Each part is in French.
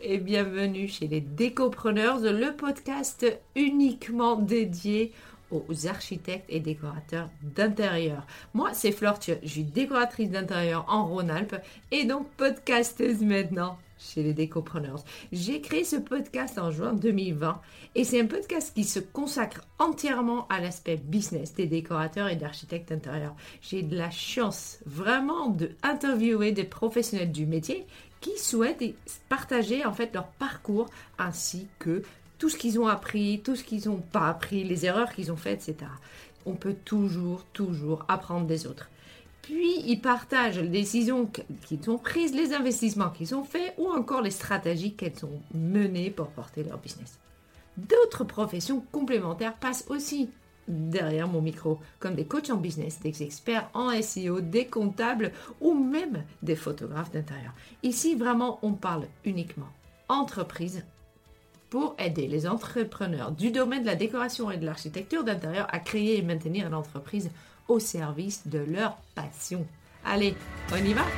et bienvenue chez les Décopreneurs, le podcast uniquement dédié aux architectes et décorateurs d'intérieur. Moi, c'est Flore Thieu, je suis décoratrice d'intérieur en Rhône-Alpes et donc podcasteuse maintenant chez les Décopreneurs. J'ai créé ce podcast en juin 2020 et c'est un podcast qui se consacre entièrement à l'aspect business des décorateurs et d'architectes d'intérieur. J'ai de la chance vraiment d'interviewer des professionnels du métier qui souhaitent partager en fait leur parcours ainsi que tout ce qu'ils ont appris, tout ce qu'ils n'ont pas appris, les erreurs qu'ils ont faites, etc. On peut toujours apprendre des autres. Puis, ils partagent les décisions qu'ils ont prises, les investissements qu'ils ont faits ou encore les stratégies qu'elles ont menées pour porter leur business. D'autres professions complémentaires passent aussi derrière mon micro, comme des coachs en business, des experts en SEO, des comptables ou même des photographes d'intérieur. Ici, vraiment, on parle uniquement entreprise pour aider les entrepreneurs du domaine de la décoration et de l'architecture d'intérieur à créer et maintenir l'entreprise au service de leur passion. Allez, on y va?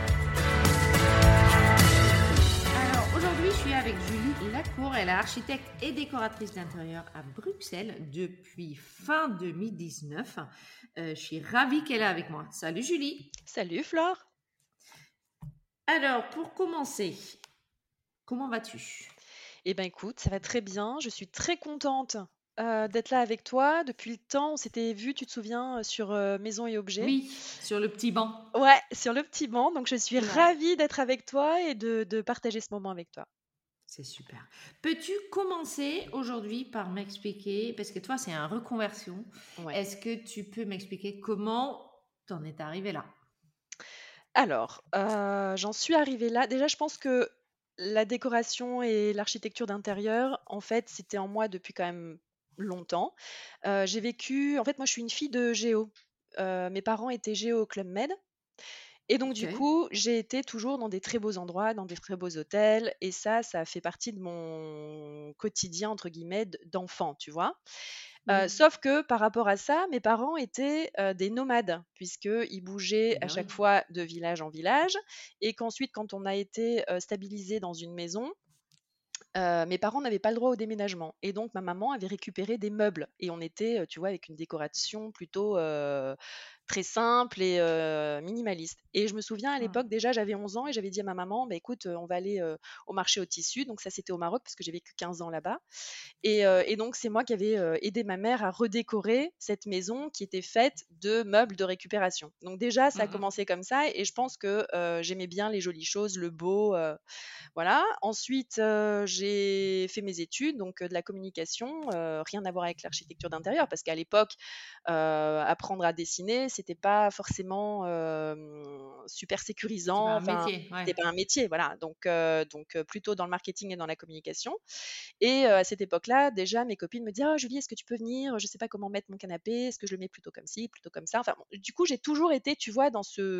Alors, aujourd'hui, je suis avec Julie Lacour. Elle est architecte et décoratrice d'intérieur à Bruxelles depuis fin 2019. Je suis ravie qu'elle est avec moi. Salut Julie. Salut Flore. Alors, pour commencer, comment vas-tu? Eh bien écoute, ça va très bien. Je suis très contente d'être là avec toi. Depuis le temps, on s'était vu, tu te souviens, sur Maison et Objets. Oui, sur le petit banc. Ouais, sur le petit banc. Donc je suis Ouais. ravie d'être avec toi et de partager ce moment avec toi. C'est super. Peux-tu commencer aujourd'hui par m'expliquer, parce que toi c'est un reconversion, Ouais. est-ce que tu peux m'expliquer comment t'en es arrivé là? Alors, j'en suis arrivée là. Déjà, je pense que la décoration et l'architecture d'intérieur, en fait, c'était en moi depuis quand même longtemps. J'ai vécu, en fait, moi, je suis une fille de géo. Mes parents étaient géo au Club Med. Et donc, du Ok. coup, j'ai été toujours dans des très beaux endroits, dans des très beaux hôtels. Et ça fait partie de mon quotidien, entre guillemets, d'enfant, tu vois. Oui. Sauf que par rapport à ça, mes parents étaient des nomades, puisqu'ils bougeaient à Ben oui. chaque fois de village en village. Et qu'ensuite, quand on a été stabilisé dans une maison, mes parents n'avaient pas le droit au déménagement. Et donc, ma maman avait récupéré des meubles. Et on était, tu vois, avec une décoration plutôt très simple et minimaliste. Et je me souviens à Ah. l'époque, déjà, j'avais 11 ans et j'avais dit à ma maman, bah, écoute, on va aller au marché au tissu. Donc ça, c'était au Maroc parce que j'ai vécu 15 ans là-bas. Et donc, c'est moi qui avais aidé ma mère à redécorer cette maison qui était faite de meubles de récupération. Donc déjà, ça a commencé comme ça et je pense que j'aimais bien les jolies choses, le beau. Voilà. Ensuite, j'ai fait mes études, donc de la communication, rien à voir avec l'architecture d'intérieur parce qu'à l'époque, apprendre à dessiner, c'était pas forcément super C'est pas sécurisant. un Enfin, métier, ouais. c'était pas un métier, voilà. Donc plutôt dans le marketing et dans la communication. Et à cette époque-là, déjà, mes copines me disaient: «Ah Julie, est-ce que tu peux venir? Je sais pas comment mettre mon canapé. Est-ce que je le mets plutôt comme ci, plutôt comme ça?» Enfin bon, du coup, j'ai toujours été, tu vois,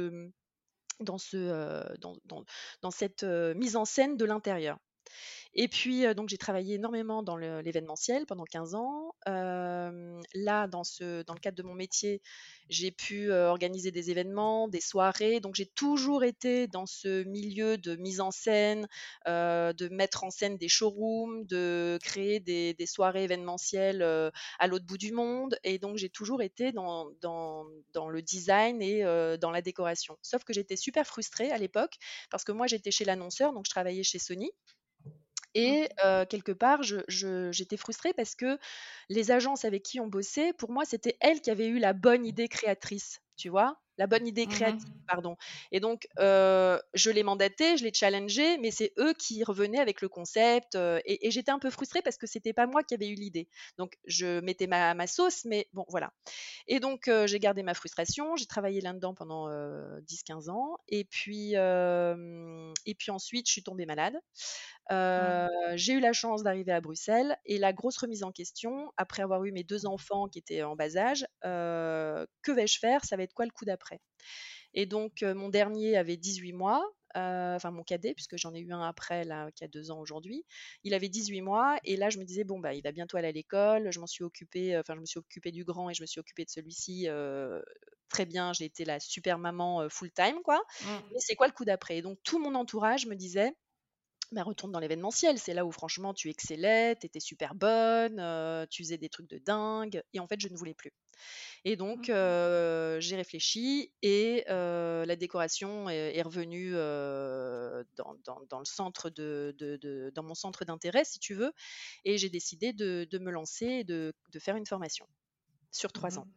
dans cette mise en scène de l'intérieur. Et puis, donc j'ai travaillé énormément dans l'événementiel pendant 15 ans. Là, dans le cadre de mon métier, j'ai pu organiser des événements, des soirées. Donc j'ai toujours été dans ce milieu de mise en scène, de mettre en scène des showrooms, de créer des soirées événementielles à l'autre bout du monde. Et donc j'ai toujours été dans le design et dans la décoration. Sauf que j'étais super frustrée à l'époque parce que moi j'étais chez l'annonceur, donc je travaillais chez Sony. Et quelque part, j'étais frustrée parce que les agences avec qui on bossait, pour moi, c'était elles qui avaient eu la bonne idée créatrice, tu vois? La bonne idée créative, pardon. Et donc, je les mandatais, je les challengeais, mais c'est eux qui revenaient avec le concept, et j'étais un peu frustrée parce que c'était pas moi qui avais eu l'idée. Donc je mettais ma sauce, mais bon, voilà. Et donc, j'ai gardé ma frustration, j'ai travaillé là-dedans pendant 10-15 ans. Et puis ensuite, je suis tombée malade. J'ai eu la chance d'arriver à Bruxelles et la grosse remise en question, après avoir eu mes 2 enfants qui étaient en bas âge, que vais-je faire? Ça va être quoi le coup d'après? Et donc, mon dernier avait 18 mois, enfin mon cadet, puisque j'en ai eu un après là, qui a 2 ans aujourd'hui. Il avait 18 mois et là je me disais: «Bon, bah, il va bientôt aller à l'école». Je me suis occupée du grand et je me suis occupée de celui-ci, très bien. J'ai été la super maman, full time quoi. Mais c'est quoi le coup d'après? Et donc tout mon entourage me disait: bah, retourne dans l'événementiel. C'est là où franchement tu excellais, tu étais super bonne, tu faisais des trucs de dingue et en fait, je ne voulais plus. Et donc, OK. j'ai réfléchi et la décoration est revenue, dans le centre dans mon centre d'intérêt, si tu veux, et j'ai décidé de me lancer et de faire une formation sur 3 ans. Mmh.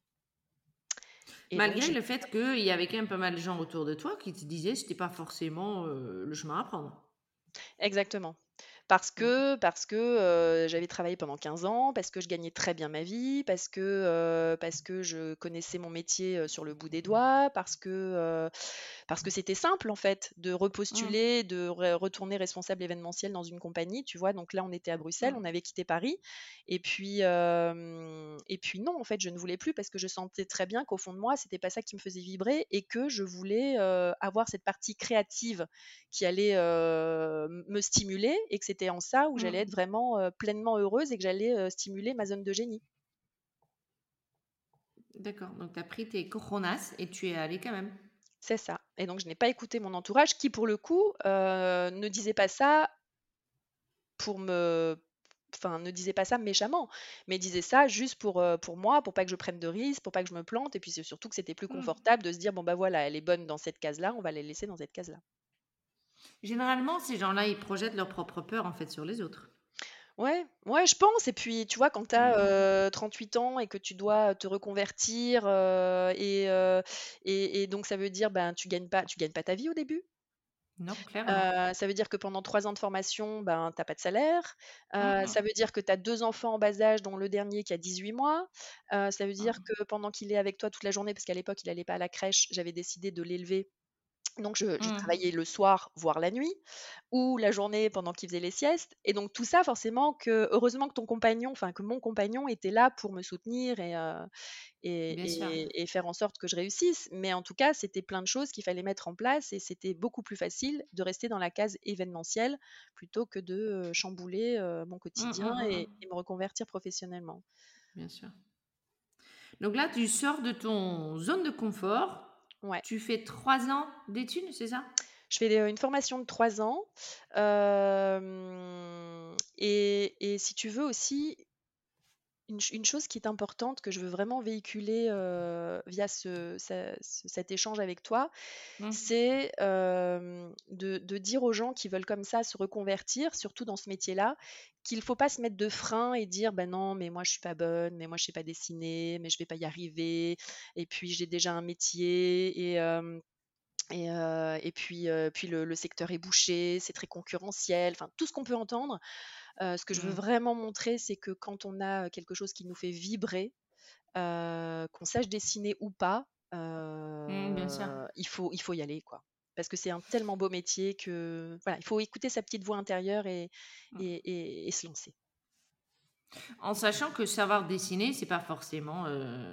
Et donc Malgré j'ai le fait qu'il y avait quand même pas mal de gens autour de toi qui te disaient que c'était pas forcément, le chemin à prendre. Exactement. Parce Mmh. que parce que, j'avais travaillé pendant 15 ans, parce que je gagnais très bien ma vie, parce que je connaissais mon métier, sur le bout des doigts, parce que c'était simple en fait de Mmh. repostuler, de retourner responsable événementiel dans une compagnie, tu vois. Donc là, on était à Bruxelles, Mmh. on avait quitté Paris. Et puis non, en fait, je ne voulais plus parce que je sentais très bien qu'au fond de moi, c'était pas ça qui me faisait vibrer et que je voulais avoir cette partie créative qui allait me stimuler et que c'était en ça où j'allais Mmh. être vraiment pleinement heureuse et que j'allais stimuler ma zone de génie. D'accord, donc tu as pris tes cojones et tu es allé quand même. C'est ça. Et donc, je n'ai pas écouté mon entourage qui, pour le coup, ne disait pas ça pour me enfin, ne disait pas ça méchamment, mais disait ça juste pour moi, pour pas que je prenne de risques, pour pas que je me plante et puis c'est surtout que c'était plus Mmh. confortable de se dire: «Bon, bah, voilà, elle est bonne dans cette case-là, on va la laisser dans cette case-là». Généralement, ces gens-là, ils projettent leur propre peur, en fait, sur les autres. Ouais, ouais, je pense et puis, tu vois, quand tu Mmh. as, 38 ans et que tu dois te reconvertir, et donc ça veut dire, ben, tu gagnes pas ta vie au début. Non, clairement. Ça veut dire que pendant 3 ans de formation, ben, tu as pas de salaire. Mmh Ça mh. veut dire que tu as 2 enfants en bas âge, dont le dernier qui a 18 mois. Ça veut dire Mmh. que pendant qu'il est avec toi toute la journée, parce qu'à l'époque, il allait pas à la crèche, j'avais décidé de l'élever, donc je Mmh. travaillais le soir, voire la nuit, ou la journée pendant qu'il faisait les siestes. Et donc tout ça, forcément que heureusement que ton compagnon, enfin que mon compagnon était là pour me soutenir Bien sûr. et faire en sorte que je réussisse. Mais en tout cas, c'était plein de choses qu'il fallait mettre en place et c'était beaucoup plus facile de rester dans la case événementielle plutôt que de chambouler mon Mmh, quotidien mmh, mmh, mmh. et me reconvertir professionnellement. Bien sûr. Donc là, tu sors de ton zone de confort. Ouais. Tu fais 3 ans d'études, c'est ça? Je fais une formation de 3 ans. Et si tu veux aussi, une chose qui est importante que je veux vraiment véhiculer via cet échange avec toi, Mmh. c'est de dire aux gens qui veulent comme ça se reconvertir, surtout dans ce métier-là, qu'il ne faut pas se mettre de frein et dire ben non, mais moi je suis pas bonne, mais moi je sais pas dessiner, mais je vais pas y arriver, et puis j'ai déjà un métier, puis le secteur est bouché, c'est très concurrentiel, enfin tout ce qu'on peut entendre. Ce que je veux Mmh. vraiment montrer, c'est que quand on a quelque chose qui nous fait vibrer, qu'on sache dessiner ou pas, Mmh, bien sûr. il faut y aller, quoi. Parce que c'est un tellement beau métier que voilà, il faut écouter sa petite voix intérieure Mmh. et se lancer. En sachant que savoir dessiner, c'est pas forcément,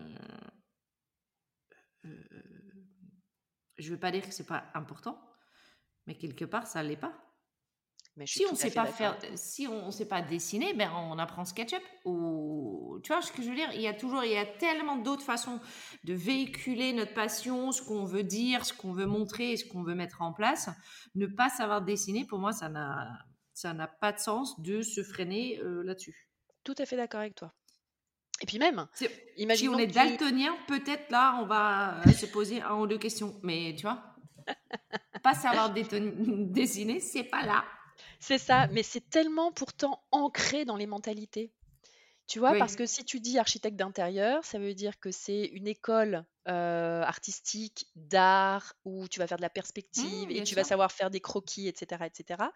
heu, je veux pas dire que c'est pas important, mais quelque part, ça l'est pas. Mais je suis Si on tout à sait fait pas d'accord faire avec toi. si on sait pas dessiner, ben, on apprend SketchUp ou tu vois ce que je veux dire? Il y a tellement d'autres façons de véhiculer notre passion, ce qu'on veut dire, ce qu'on veut montrer et ce qu'on veut mettre en place. Ne pas savoir dessiner, pour moi, ça n'a pas de sens de se freiner, là-dessus. Tout à fait d'accord avec toi. Et puis même, Si on imaginons est que tu daltonien, peut-être là, on va, se poser 1 ou 2 questions, mais tu vois? Pas savoir dessiner, c'est pas là. c'est ça, mais c'est tellement pourtant ancré dans les mentalités. Tu vois? Parce Oui. que si tu dis architecte d'intérieur, ça veut dire que c'est une école, artistique, d'art, où tu vas faire de la perspective Mmh, et bien tu vas sûr. savoir faire des croquis et cetera et cetera.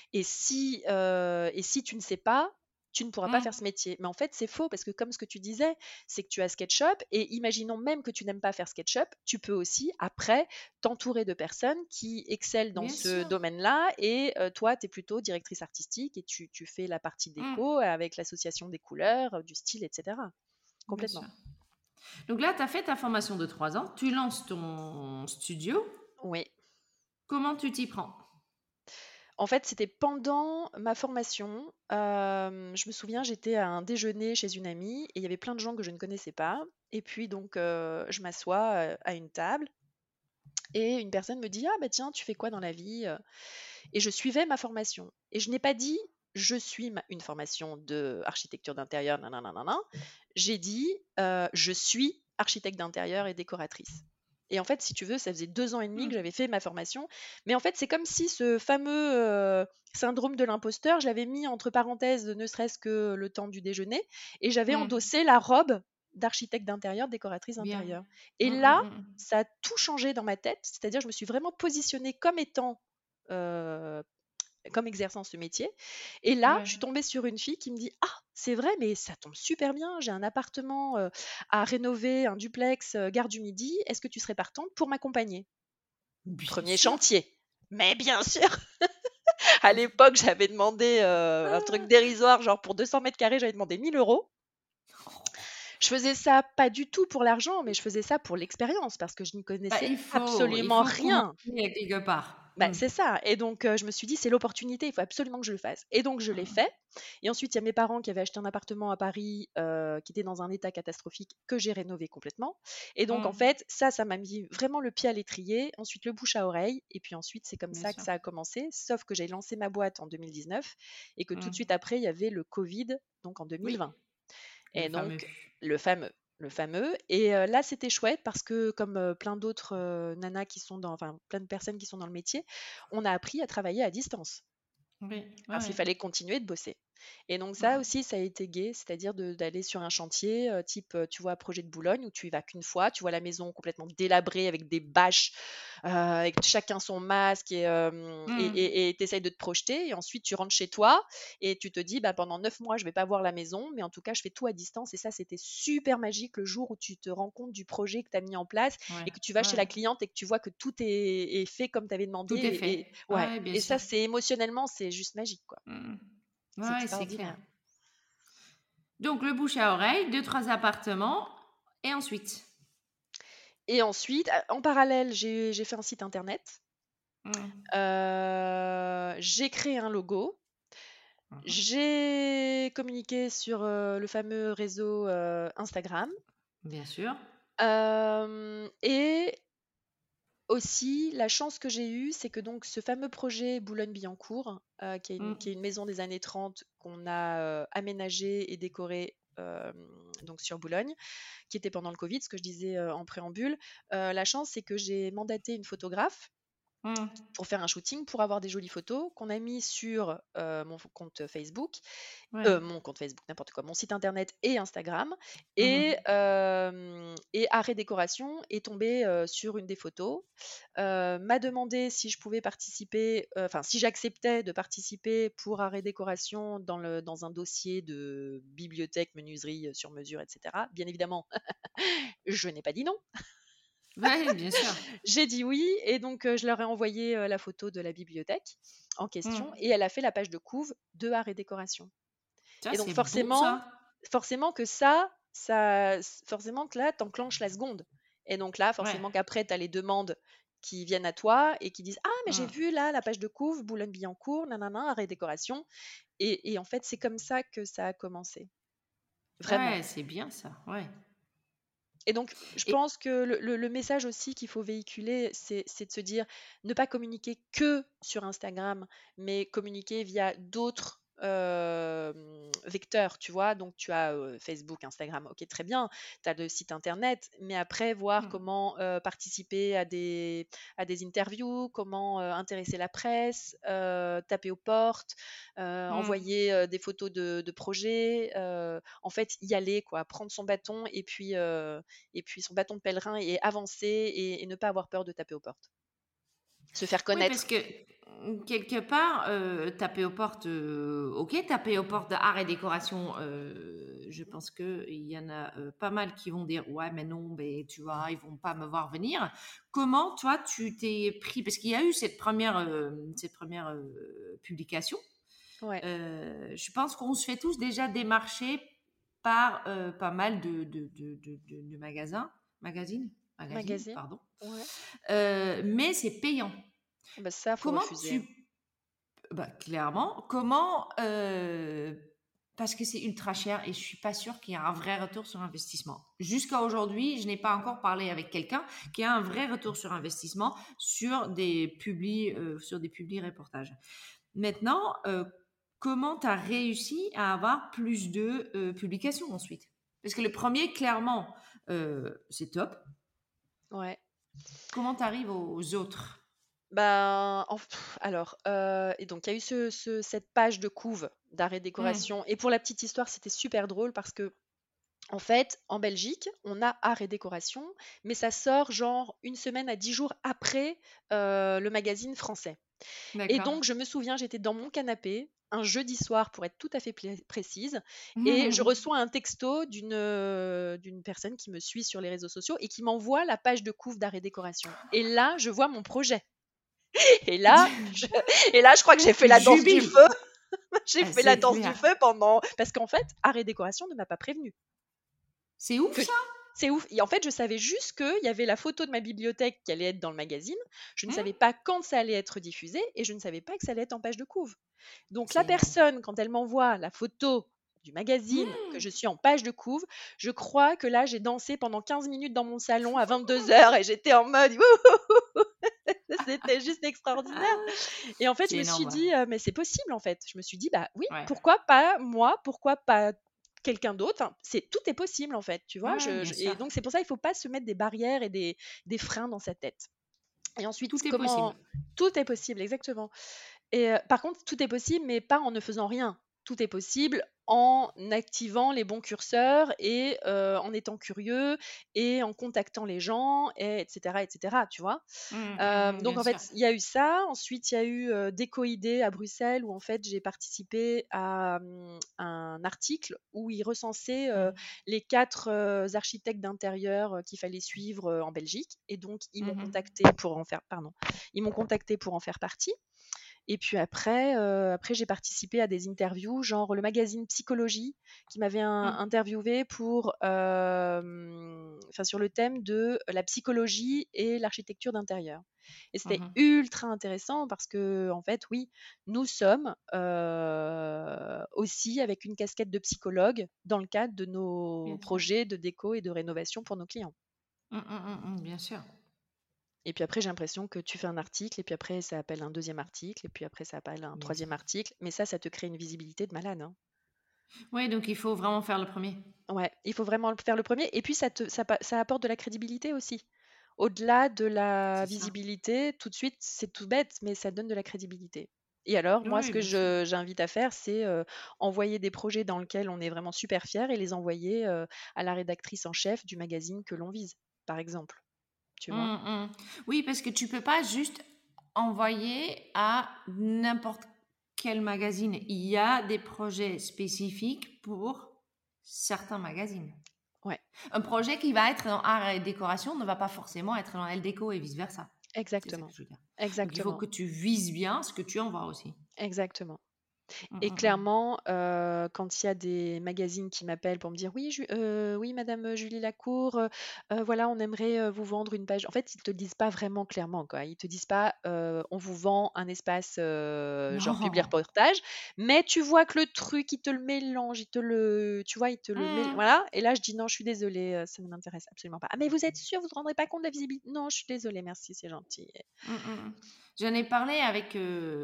Et si tu ne sais pas, tu ne pourras pas Mmh. faire ce métier. Mais en fait, c'est faux parce que comme ce que tu disais, c'est que tu as SketchUp et imaginons même que tu n'aimes pas faire SketchUp, tu peux aussi après t'entourer de personnes qui excellent dans Bien ce sûr. domaine-là et toi, tu es plutôt directrice artistique et tu fais la partie Mmh, déco avec l'association des couleurs, du style et cetera. bien Complètement. sûr. Donc là, tu as fait ta formation de 3 ans, tu lances ton studio. Oui. Comment tu t'y prends? En fait, c'était pendant ma formation. Je me souviens, j'étais à un déjeuner chez une amie et il y avait plein de gens que je ne connaissais pas. Et puis donc, je m'assois à une table Et une personne me dit: «Ah bah tiens, tu fais quoi dans la vie?» Et je suivais ma formation. Et je n'ai pas dit: «Je suis une formation de architecture d'intérieur, nin nin J'ai dit: «Je suis architecte d'intérieur et décoratrice». Et en fait, si tu veux, ça faisait 2 ans et demi que Hmm. j'avais fait ma formation. Mais en fait, c'est comme si ce fameux, syndrome de l'imposteur, je l'avais mis entre parenthèses, ne serait-ce que le temps du déjeuner, et j'avais Hmm. endossé la robe d'architecte d'intérieur, décoratrice Bien. d'intérieur. Et Hmm, hmm, là, hmm. ça a tout changé dans ma tête. C'est-à-dire, je me suis vraiment positionnée comme étant, heu comme exerçant ce métier. Et là, Ouais. je suis tombée sur une fille qui me dit: «Ah, c'est vrai, mais ça tombe super bien. J'ai un appartement à rénover, un duplex, gare du Midi. Est-ce que tu serais partante pour m'accompagner?» Bien Premier sûr. chantier. Mais bien sûr. À l'époque, j'avais demandé un truc dérisoire, genre pour 200 mètres carrés, j'avais demandé 1 000 euros. Je faisais ça pas du tout pour l'argent, mais je faisais ça pour l'expérience parce que je n'y Bah, connaissais il absolument faut rien. commencer quelque part. Bah, c'est ça. Et donc, je me suis dit: «C'est l'opportunité, il faut absolument que je le fasse». Et donc je l'ai fait. Et ensuite, il y a mes parents qui avaient acheté un appartement à Paris, qui était dans un état catastrophique, que j'ai rénové complètement. Et donc en Hmm. fait, ça m'a mis vraiment le pied à l'étrier. Ensuite, le bouche à oreille, et puis ensuite, c'est comme Bien ça que sûr. ça a commencé. Sauf que j'ai lancé ma boîte en 2019 et que tout de Hmm. suite après, il y avait le covid, donc en Oui, 2020. le Et fameux. donc le fameux, le fameux. Et là, c'était chouette parce que comme, plein d'autres, nanas qui sont dans enfin, plein de personnes qui sont dans le métier, on a appris à travailler à distance. Oui, ouais, Parce qu'il ouais. fallait continuer de bosser. Et donc ça Hmm. aussi, ça a été gai, c'est-à-dire d'aller sur un chantier, type, tu vois, projet de Boulogne, où tu y vas qu'une fois, tu vois la maison complètement délabrée avec des bâches, avec chacun son masque, Hmm. et tu essayes de te projeter. Et ensuite, tu rentres chez toi et tu te dis: «Bah, pendant 9 mois, je vais pas voir la maison, mais en tout cas, je fais tout à distance». Et ça, c'était super magique le jour où tu te rends compte du projet que tu as mis en place Ouais, et que tu vas chez ouais. la cliente et que tu vois que tout est fait comme tu avais demandé. Tout est Et fait. ouais, Ouais, bien et ça, sûr. c'est émotionnellement, c'est juste magique, quoi. Hmm. C'est Ouais, c'est clair. extraordinaire. Donc, le bouche à oreille, deux, trois appartements. Et ensuite? Et ensuite, en parallèle, j'ai fait un site internet. Hmm. J'ai créé un logo. Mhm. J'ai communiqué sur, le fameux réseau, Instagram. Bien sûr. Et aussi, la chance que j'ai eue, c'est que donc ce fameux projet Boulogne-Billancourt, qui est Hmm. une maison des années 30 qu'on a, aménagée et décorée, donc sur Boulogne, qui était pendant le Covid, ce que je disais, en préambule. La chance, c'est que j'ai mandaté une photographe Hmm. pour faire un shooting, pour avoir des jolies photos qu'on a mis sur, Ouais. mon compte Facebook, n'importe quoi, mon site internet et Instagram. Et, Mhm. Arrêt Décoration est tombé, sur une des photos, m'a demandé si je pouvais participer, enfin si j'acceptais de participer pour Arrêt Décoration dans un dossier de bibliothèque, menuiserie, sur mesure, etc. Bien évidemment, je n'ai pas dit non. Ouais, bien sûr. J'ai dit oui. Et donc, je leur ai envoyé, la photo de la bibliothèque en question, Hmm. et elle a fait la page de couve de Art et Décoration. Ça, Et donc c'est bon, ça. forcément que forcément que là, t'enclenches la seconde. Et donc là, Ouais. forcément qu'après, tu as les demandes qui viennent à toi et qui disent: «Ah, mais j'ai Hmm. vu là la page de couve, Boulogne-Billancourt, nanana, Art et Décoration». Et en fait, c'est comme ça que ça a commencé, vraiment. Ouais, c'est bien, ça. Ouais. Et donc, je Et pense que le message aussi qu'il faut véhiculer, c'est de se dire: ne pas communiquer que sur Instagram, mais communiquer via d'autres, vecteurs, tu vois? Donc tu as, Facebook, Instagram, OK, très bien. Tu as le site internet, mais après voir hmm. comment, participer à des interviews, comment, intéresser la presse, taper aux portes, Hmm. envoyer, des photos de projets, en fait, y aller quoi, prendre son bâton et puis son bâton de pèlerin et avancer et ne pas avoir peur de taper aux portes. Se faire Oui, parce connaître. que quelque part, taper aux portes, ok, taper aux portes d'art et décoration, je pense qu'il y en a pas mal qui vont dire ouais, mais non, mais tu vois, ils vont pas me voir venir. Comment toi, tu t'es pris, parce qu'il y a eu cette première publication. Ouais, Je pense qu'on se fait tous déjà démarcher par pas mal de magazines, magazine. pardon. Ouais. Mais c'est payant. Bah ça, faut Comment refuser, hein. tu... Bah, clairement, comment parce que c'est ultra cher et je suis pas sûre qu'il y ait un vrai retour sur investissement. Jusqu'à aujourd'hui, je n'ai pas encore parlé avec quelqu'un qui a un vrai retour sur investissement sur des publis reportages. Maintenant, comment tu as réussi à avoir plus de publications ensuite? Parce que le premier, clairement, c'est top. Ouais. Comment tu arrives aux autres? Ben, alors, et donc il y a eu cette page de couve d'art et Hmm. décoration. Et pour la petite histoire, c'était super drôle parce que, en fait, en Belgique, on a art et décoration, mais ça sort genre une semaine à 10 jours après le magazine français. Et D'accord. donc, je me souviens, j'étais dans mon canapé un jeudi soir, pour être tout à fait précise, et je reçois un texto d'une personne qui me suit sur les réseaux sociaux et qui m'envoie la page de couve d'art et décoration. Et là, je vois mon projet. Et là, je, et là, je crois que j'ai fait Tu la danse du jubiles. feu. J'ai Ah, fait la c'est danse du clair. feu pendant. Parce qu'en fait, art et décoration ne m'a pas prévenu. C'est ouf Que ça. C'est ouf. Et en fait, je savais juste qu'il y avait la photo de ma bibliothèque qui allait être dans le magazine. Je ne Hmm. savais pas quand ça allait être diffusé et je ne savais pas que ça allait être en page de couve. Donc, C'est la énorme. personne, quand elle m'envoie la photo du magazine, que je suis en page de couve, je crois que là, j'ai dansé pendant 15 minutes dans mon salon à 22h et j'étais en mode wouhou. C'était juste extraordinaire. Et en fait, je C'est me suis énorme. dit, mais c'est possible en fait. Je me suis dit, bah oui, Ouais. pourquoi pas moi, pourquoi pas quelqu'un d'autre. Enfin, tout est possible en fait, tu vois. Ouais, bien Et sûr. donc c'est pour ça il faut pas se mettre des barrières et des freins dans sa tête. Et ensuite, Tout est possible. comment tout est possible, exactement. Et par contre, tout est possible, mais pas en ne faisant rien. Tout est possible en activant les bons curseurs et en étant curieux et en contactant les gens, et etc., tu vois. Donc Bien en sûr. fait, il y a eu ça. Ensuite, il y a eu Déco-idées à Bruxelles où en fait j'ai participé à un article où ils recensaient les 4 architectes d'intérieur qu'il fallait suivre en Belgique. Et donc ils m'ont Mhm. contacté pour en faire, pardon, ils m'ont contacté pour en faire partie. Et puis après j'ai participé à des interviews, genre le magazine Psychologie, qui m'avait interviewé pour, sur le thème de la psychologie et l'architecture d'intérieur. Et c'était Mhm. ultra intéressant parce que, en fait, oui, nous sommes aussi avec une casquette de psychologue dans le cadre de nos Bien sûr. projets de déco et de rénovation pour nos clients. Bien sûr. Et puis après, j'ai l'impression que tu fais un article, et puis après, ça appelle un deuxième article, et puis après, ça appelle un Bien sûr. troisième article. Mais ça te crée une visibilité de malade, hein. Oui, donc il faut vraiment faire le premier. Ouais, il faut vraiment faire le premier. Et puis, ça apporte de la crédibilité aussi. Au-delà de la C'est ça. visibilité, tout de suite, c'est tout bête, mais ça donne de la crédibilité. Et alors, moi, ce Oui, que bien sûr. j'invite à faire, c'est envoyer des projets dans lesquels on est vraiment super fier et les envoyer à la rédactrice en chef du magazine que l'on vise, par exemple. Tu vois? Hum. Oui, parce que tu peux pas juste envoyer à n'importe quel magazine. Il y a des projets spécifiques pour certains magazines. Ouais, Un projet qui va être dans art et décoration ne va pas forcément être dans L-Déco et vice-versa. C'est ça que exactement. je veux dire. Donc il faut Exactement. que tu vises bien ce que tu envoies aussi. Exactement. Hum, Et hum, hum. clairement, quand il y a des magazines qui m'appellent pour me dire: «Oui, madame, Julie Lacour, voilà, on aimerait, vous vendre une page». En fait, ils te le disent pas vraiment clairement, quoi. Ils te disent pas, «On vous vend un espace, genre Non. publi-reportage», mais tu vois que le truc, ils te le mélangent, tu vois, ils te le Hum, voilà. Et là, je dis: «Non, je suis désolée, ça ne m'intéresse absolument pas». «Ah, mais vous êtes sûre, vous ne vous rendrez pas compte de la visibilité?» «Non, je suis désolée, merci, c'est gentil». J'en ai parlé avec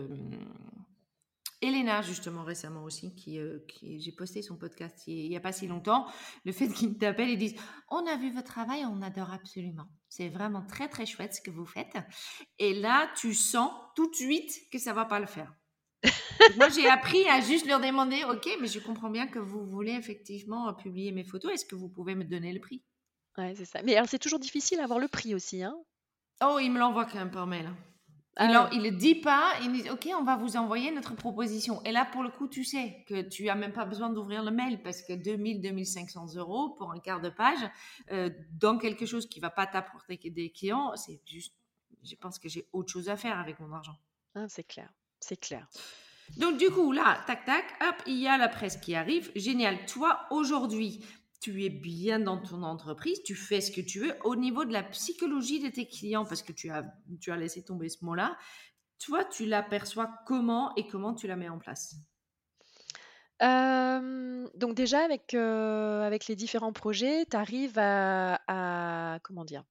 Elena, justement, récemment aussi, j'ai posté son podcast il n'y a pas si longtemps. Le fait qu'ils t'appellent et disent: On a vu votre travail, on adore absolument. C'est vraiment très, très chouette ce que vous faites. Et là, tu sens tout de suite que ça ne va pas le faire. Donc moi, j'ai appris à juste leur demander: Ok, mais je comprends bien que vous voulez effectivement publier mes photos. Est-ce que vous pouvez me donner le prix? Ouais, c'est ça. Mais alors, c'est toujours difficile à avoir le prix aussi, hein? Oh, il me l'envoie quand même par mail. Ah ouais. Il le dit pas, il dit OK, on va vous envoyer notre proposition. Et là, pour le coup, tu sais que tu as même pas besoin d'ouvrir le mail parce que 2 500 € pour un quart de page, dans quelque chose qui va pas t'apporter que des clients, c'est juste, je pense que j'ai autre chose à faire avec mon argent. Ah, c'est clair, c'est clair. Donc, du coup, là, tac, tac, hop, il y a la presse qui arrive. Génial. Toi, aujourd'hui, tu es bien dans ton entreprise, tu fais ce que tu veux. Au niveau de la psychologie de tes clients, parce que tu as laissé tomber ce mot-là, toi, tu l'aperçois comment et comment tu la mets en place? Donc déjà avec les différents projets, tu arrives à comment dire?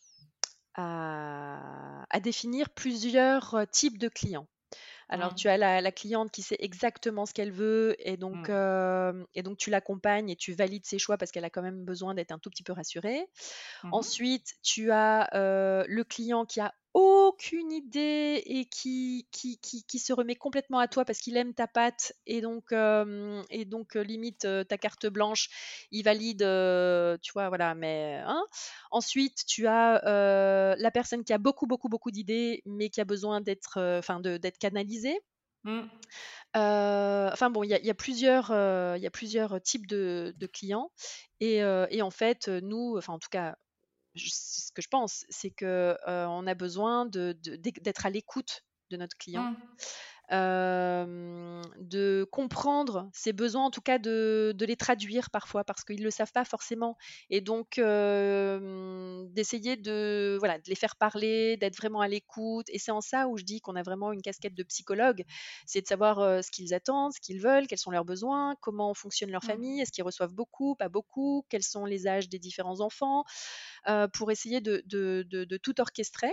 À définir plusieurs, types de clients. Alors, Mmh. tu as la cliente qui sait exactement ce qu'elle veut Mmh. et donc tu l'accompagnes et tu valides ses choix parce qu'elle a quand même besoin d'être un tout petit peu rassurée. Mmh. Ensuite, tu as, le client qui a aucune idée et qui se remet complètement à toi parce qu'il aime ta patte et donc limite, ta carte blanche, il valide, tu vois? Voilà, mais hein. Ensuite, tu as, la personne qui a beaucoup, beaucoup, beaucoup d'idées, mais qui a besoin d'être, enfin d'être canalisée. Mmh. Enfin bon, il y a plusieurs types de clients et en fait, nous, enfin en tout cas c'est ce que je pense, c'est que, on a besoin d'être à l'écoute de notre client, Mmh. de comprendre ses besoins, en tout cas de les traduire parfois parce qu'ils ne le savent pas forcément et donc d'essayer de voilà, de les faire parler, d'être vraiment à l'écoute et c'est en ça où je dis qu'on a vraiment une casquette de psychologue. C'est de savoir, ce qu'ils attendent, ce qu'ils veulent, quels sont leurs besoins, comment fonctionne leur famille, Mmh. est-ce qu'ils reçoivent beaucoup, pas beaucoup, quels sont les âges des différents enfants, pour essayer de tout orchestrer.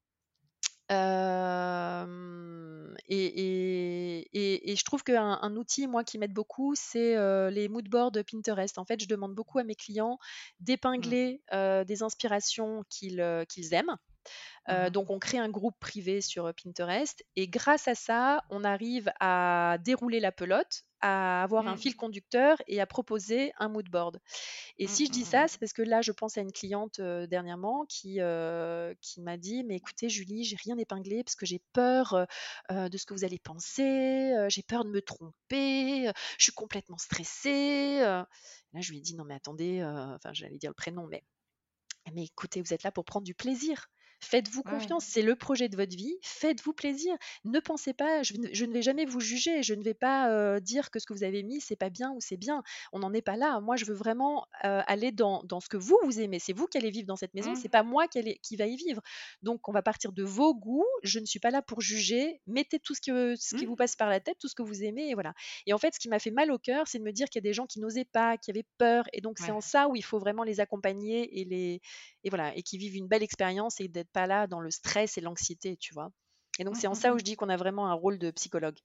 Et je trouve qu'un outil, moi, qui m'aide beaucoup, c'est les mood boards Pinterest. En fait, je demande beaucoup à mes clients Mmh. d'épingler des inspirations qu'ils aiment. Mmh. Donc, on crée un groupe privé sur Pinterest et grâce à ça, on arrive à dérouler la pelote, à avoir un Mmh. fil conducteur et à proposer un mood board. Et Mmh. si je dis Mmh. ça, c'est parce que là, je pense à une cliente dernièrement qui m'a dit, mais écoutez, Julie, j'ai rien épinglé parce que j'ai peur de ce que vous allez penser, j'ai peur de me tromper, je suis complètement stressée. Là, je lui ai dit, non, mais attendez, enfin, j'allais dire le prénom, mais écoutez, vous êtes là pour prendre du plaisir. Faites-vous Ouais, ouais. confiance, c'est le projet de votre vie, faites-vous plaisir. Ne pensez pas, je ne vais jamais vous juger, je ne vais pas dire que ce que vous avez mis, c'est pas bien ou c'est bien. On n'en est pas là. Moi, je veux vraiment aller dans ce que vous aimez. C'est vous qui allez vivre dans cette maison, Mmh. c'est pas moi qui va y vivre. Donc, on va partir de vos goûts. Je ne suis pas là pour juger. Mettez tout ce qui vous Mmh. passe par la tête, tout ce que vous aimez, et voilà. Et en fait, ce qui m'a fait mal au cœur, c'est de me dire qu'il y a des gens qui n'osaient pas, qui avaient peur. Et donc, c'est Ouais. en ça où il faut vraiment les accompagner et voilà, et qui vivent une belle expérience et d'être pas là dans le stress et l'anxiété, tu vois. Et donc, Mmh. c'est en Mmh. ça où Mmh. je dis qu'on a vraiment un rôle de psychologue.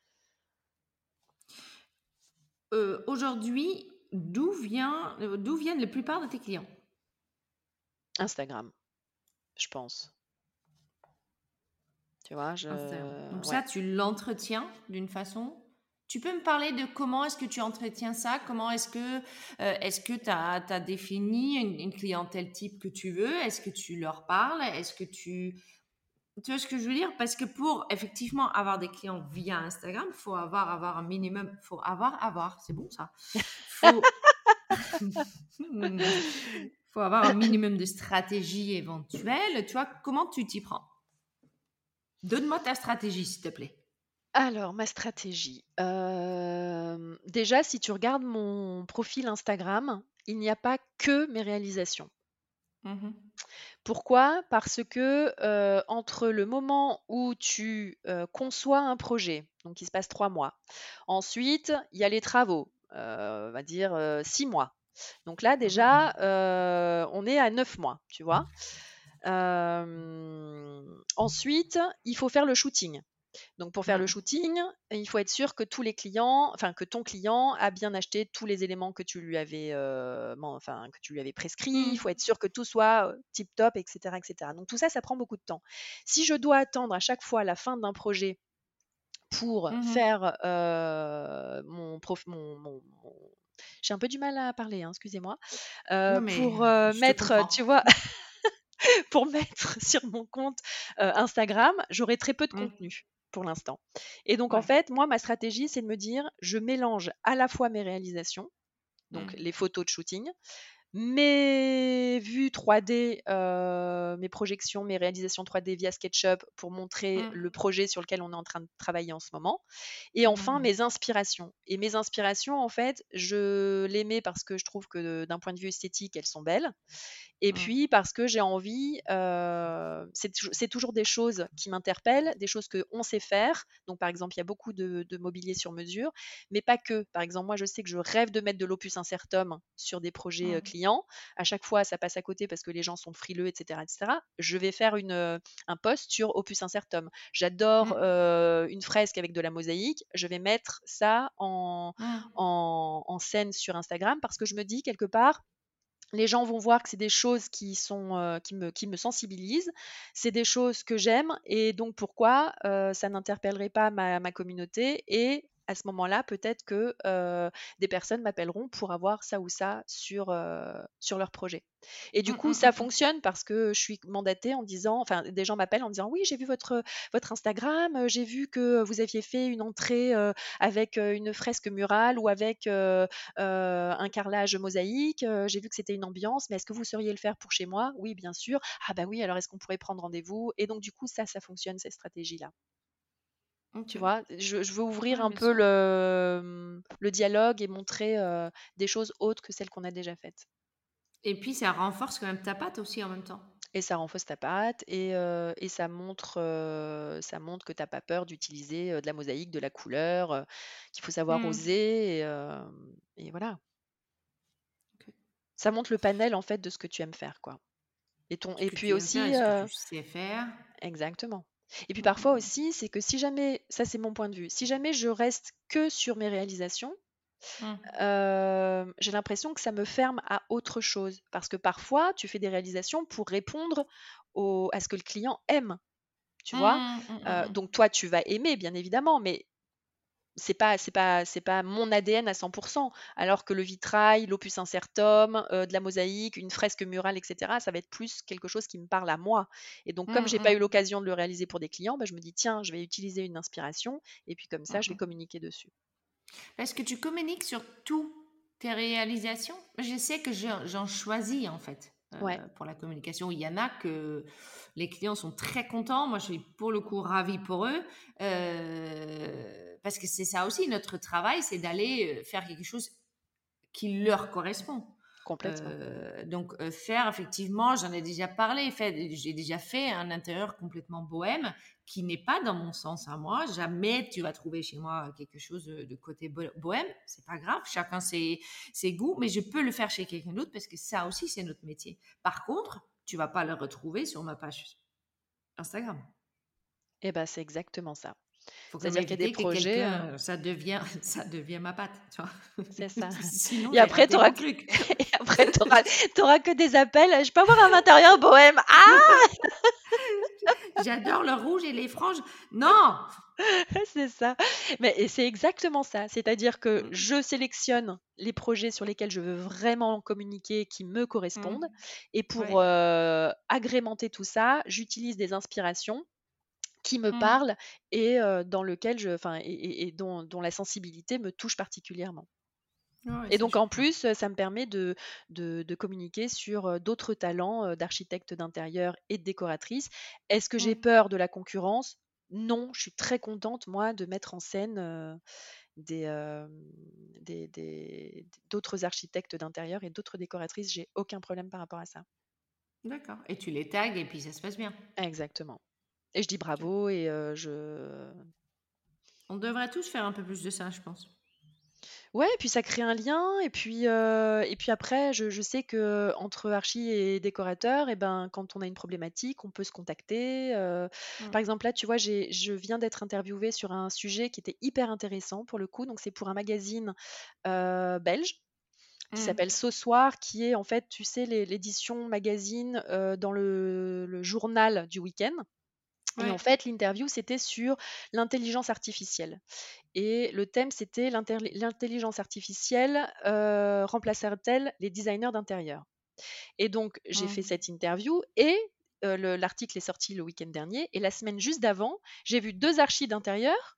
Aujourd'hui, d'où viennent la plupart de tes clients? Instagram, je pense. Tu vois, Instagram. Donc ça, ouais. tu l'entretiens d'une façon. Tu peux me parler de comment est-ce que tu entretiens ça? Comment est-ce que tu as défini une clientèle type que tu veux? Est-ce que tu leur parles? Est-ce que tu vois ce que je veux dire? Parce que pour effectivement avoir des clients via Instagram, il faut avoir un minimum, c'est bon ça. Faut, faut avoir un minimum de stratégie éventuelle. Tu vois, comment tu t'y prends? Donne-moi ta stratégie, s'il te plaît. Alors, ma stratégie. Déjà, si tu regardes mon profil Instagram, il n'y a pas que mes réalisations. Mhm. Pourquoi? Parce que entre le moment où tu conçois un projet, donc il se passe 3 mois, ensuite il y a les travaux, on va dire 6 mois. Donc là Mhm. déjà, on est à 9 mois, tu vois. Ensuite, il faut faire le shooting. Donc pour faire le Mhm. shooting, il faut être sûr que tous les clients, enfin que ton client a bien acheté tous les éléments que tu lui avais, que tu lui avais prescrits. Il faut Mhm. être sûr que tout soit tip top, etc., etc. Donc tout ça, ça prend beaucoup de temps. Si je dois attendre à chaque fois la fin d'un projet pour Mhm. faire j'ai un peu du mal à parler, hein, excusez-moi, Non, mais pour je te mettre, comprends. tu vois, pour mettre sur mon compte Instagram, j'aurai très peu de Mhm. contenu pour l'instant. Et donc, en Ouais. fait, moi, ma stratégie, c'est de me dire, je mélange à la fois mes réalisations, donc Mhm. les photos de shooting, mes vues 3D, mes projections, mes réalisations 3D via SketchUp pour montrer Mm. le projet sur lequel on est en train de travailler en ce moment. Et enfin, Mhm. mes inspirations. Et mes inspirations, en fait, je les mets parce que je trouve que d'un point de vue esthétique, elles sont belles. Et Mm. puis parce que j'ai envie, c'est toujours des choses qui m'interpellent, des choses qu'on sait faire. Donc par exemple, il y a beaucoup de mobilier sur mesure, mais pas que. Par exemple, moi je sais que je rêve de mettre de l'opus incertum sur des projets Mm. clients. À chaque fois, ça passe à côté parce que les gens sont frileux, etc. etc. Je vais faire un post sur opus incertum. J'adore Mm. une fresque avec de la mosaïque. Je vais mettre ça Mm. en scène sur Instagram parce que je me dis quelque part, les gens vont voir que c'est des choses qui me sensibilisent, c'est des choses que j'aime et donc pourquoi ça n'interpellerait pas ma communauté et à ce moment-là, peut-être que des personnes m'appelleront pour avoir ça ou ça sur leur projet. Et du Mm. coup, Mm. ça Mm. fonctionne parce que je suis mandatée en disant, enfin, des gens m'appellent en disant, oui, j'ai vu votre Instagram, j'ai vu que vous aviez fait une entrée avec une fresque murale ou avec un carrelage mosaïque. J'ai vu que c'était une ambiance, mais est-ce que vous sauriez le faire pour chez moi? Oui, bien sûr. Ah bah oui, alors est-ce qu'on pourrait prendre rendez-vous? Et donc du coup, ça fonctionne, cette stratégie-là. Ok. Tu vois, je veux ouvrir Ouais, un bien peu sûr. le dialogue et montrer des choses autres que celles qu'on a déjà faites. Et puis ça renforce quand même ta patte aussi en même temps. Et ça renforce ta patte et ça montre que tu n'as pas peur d'utiliser de la mosaïque, de la couleur, qu'il faut savoir Mm. oser et voilà. Ok. Ça montre le panel en fait de ce que tu aimes faire, quoi. Ce Et que puis tu aimes faire et aussi, ce que tu sais faire. exactement. Et puis Mm. parfois Mm. aussi, c'est que si jamais, ça c'est mon point de vue, si jamais je reste que sur mes réalisations, Mm. j'ai l'impression que ça me ferme à autre chose. Parce que parfois, tu fais des réalisations pour répondre à ce que le client aime, tu vois. Mm. Mm. Mm. Donc toi, tu vas aimer, bien évidemment, mais c'est pas mon ADN à 100%, alors que le vitrail, l'opus incertum, de la mosaïque, une fresque murale, etc., ça va être plus quelque chose qui me parle à moi. Et donc, comme Mm. j'ai pas eu Mm. l'occasion de le réaliser pour des clients, bah, je me dis, tiens, je vais utiliser une inspiration, et puis comme Mm. ça, je vais Mm. communiquer dessus. Est-ce que tu communiques sur tous tes réalisations? Je sais que j'en choisis en fait Ouais, pour la communication. Il y en a que les clients sont très contents. Moi, je suis pour le coup ravie pour eux parce que c'est ça aussi notre travail, c'est d'aller faire quelque chose qui leur correspond. complètement. Donc faire effectivement, j'en ai déjà parlé, j'ai déjà fait un intérieur complètement bohème qui n'est pas dans mon sens à moi. Jamais tu vas trouver chez moi quelque chose de côté bohème. C'est pas grave, chacun ses goûts, mais je peux le faire chez quelqu'un d'autre parce que ça aussi c'est notre métier. Par contre, tu vas pas le retrouver sur ma page Instagram. Et ben, c'est exactement ça. Faut quand même C'est-à-dire qu'il y a des éviter que projets, quelqu'un, ça devient ma patte, tu vois. c'est ça. Sinon, Et j'ai après, raté mon truc. et après, t'auras que des appels. Je peux avoir un intérieur bohème. Ah, J'adore le rouge et les franges. Non! c'est ça. Mais et c'est exactement ça. C'est-à-dire que Mmh, je sélectionne les projets sur lesquels je veux vraiment communiquer, qui me mmh, correspondent. Et pour ouais, agrémenter tout ça, j'utilise des inspirations qui me mmh, parlent et dans lequel enfin, et dont la sensibilité me touche particulièrement. ouais, Et ça donc je en comprends. plus, ça me permet de communiquer sur d'autres talents d'architecte d'intérieur et de décoratrice. Est-ce que j'ai Mmh, peur de la concurrence? Non, je suis très contente, moi, de mettre en scène des, d'autres architectes d'intérieur et d'autres décoratrices. J'ai aucun problème par rapport à ça. d'accord. Et tu les tags et puis ça se passe bien. Exactement. Et je dis OK. bravo et je On devrait tous faire un peu plus de ça, je pense. ouais, et puis ça crée un lien et puis après je sais qu'entre archi et décorateur et ben, quand on a une problématique, on peut se contacter, Mmh, par exemple là, tu vois, je viens d'être interviewée sur un sujet qui était hyper intéressant pour le coup, donc c'est pour un magazine, belge qui mmh, s'appelle Ce Soir, qui est en fait, tu sais, l'édition magazine, dans le journal du week-end et en ouais. fait, l'interview, c'était sur l'intelligence artificielle. Et le thème, c'était l'intelligence artificielle remplacera-t-elle les designers d'intérieur? Et donc, j'ai fait Mmh, cette interview et l'article est sorti le week-end dernier. Et la semaine juste d'avant, j'ai vu deux archis d'intérieur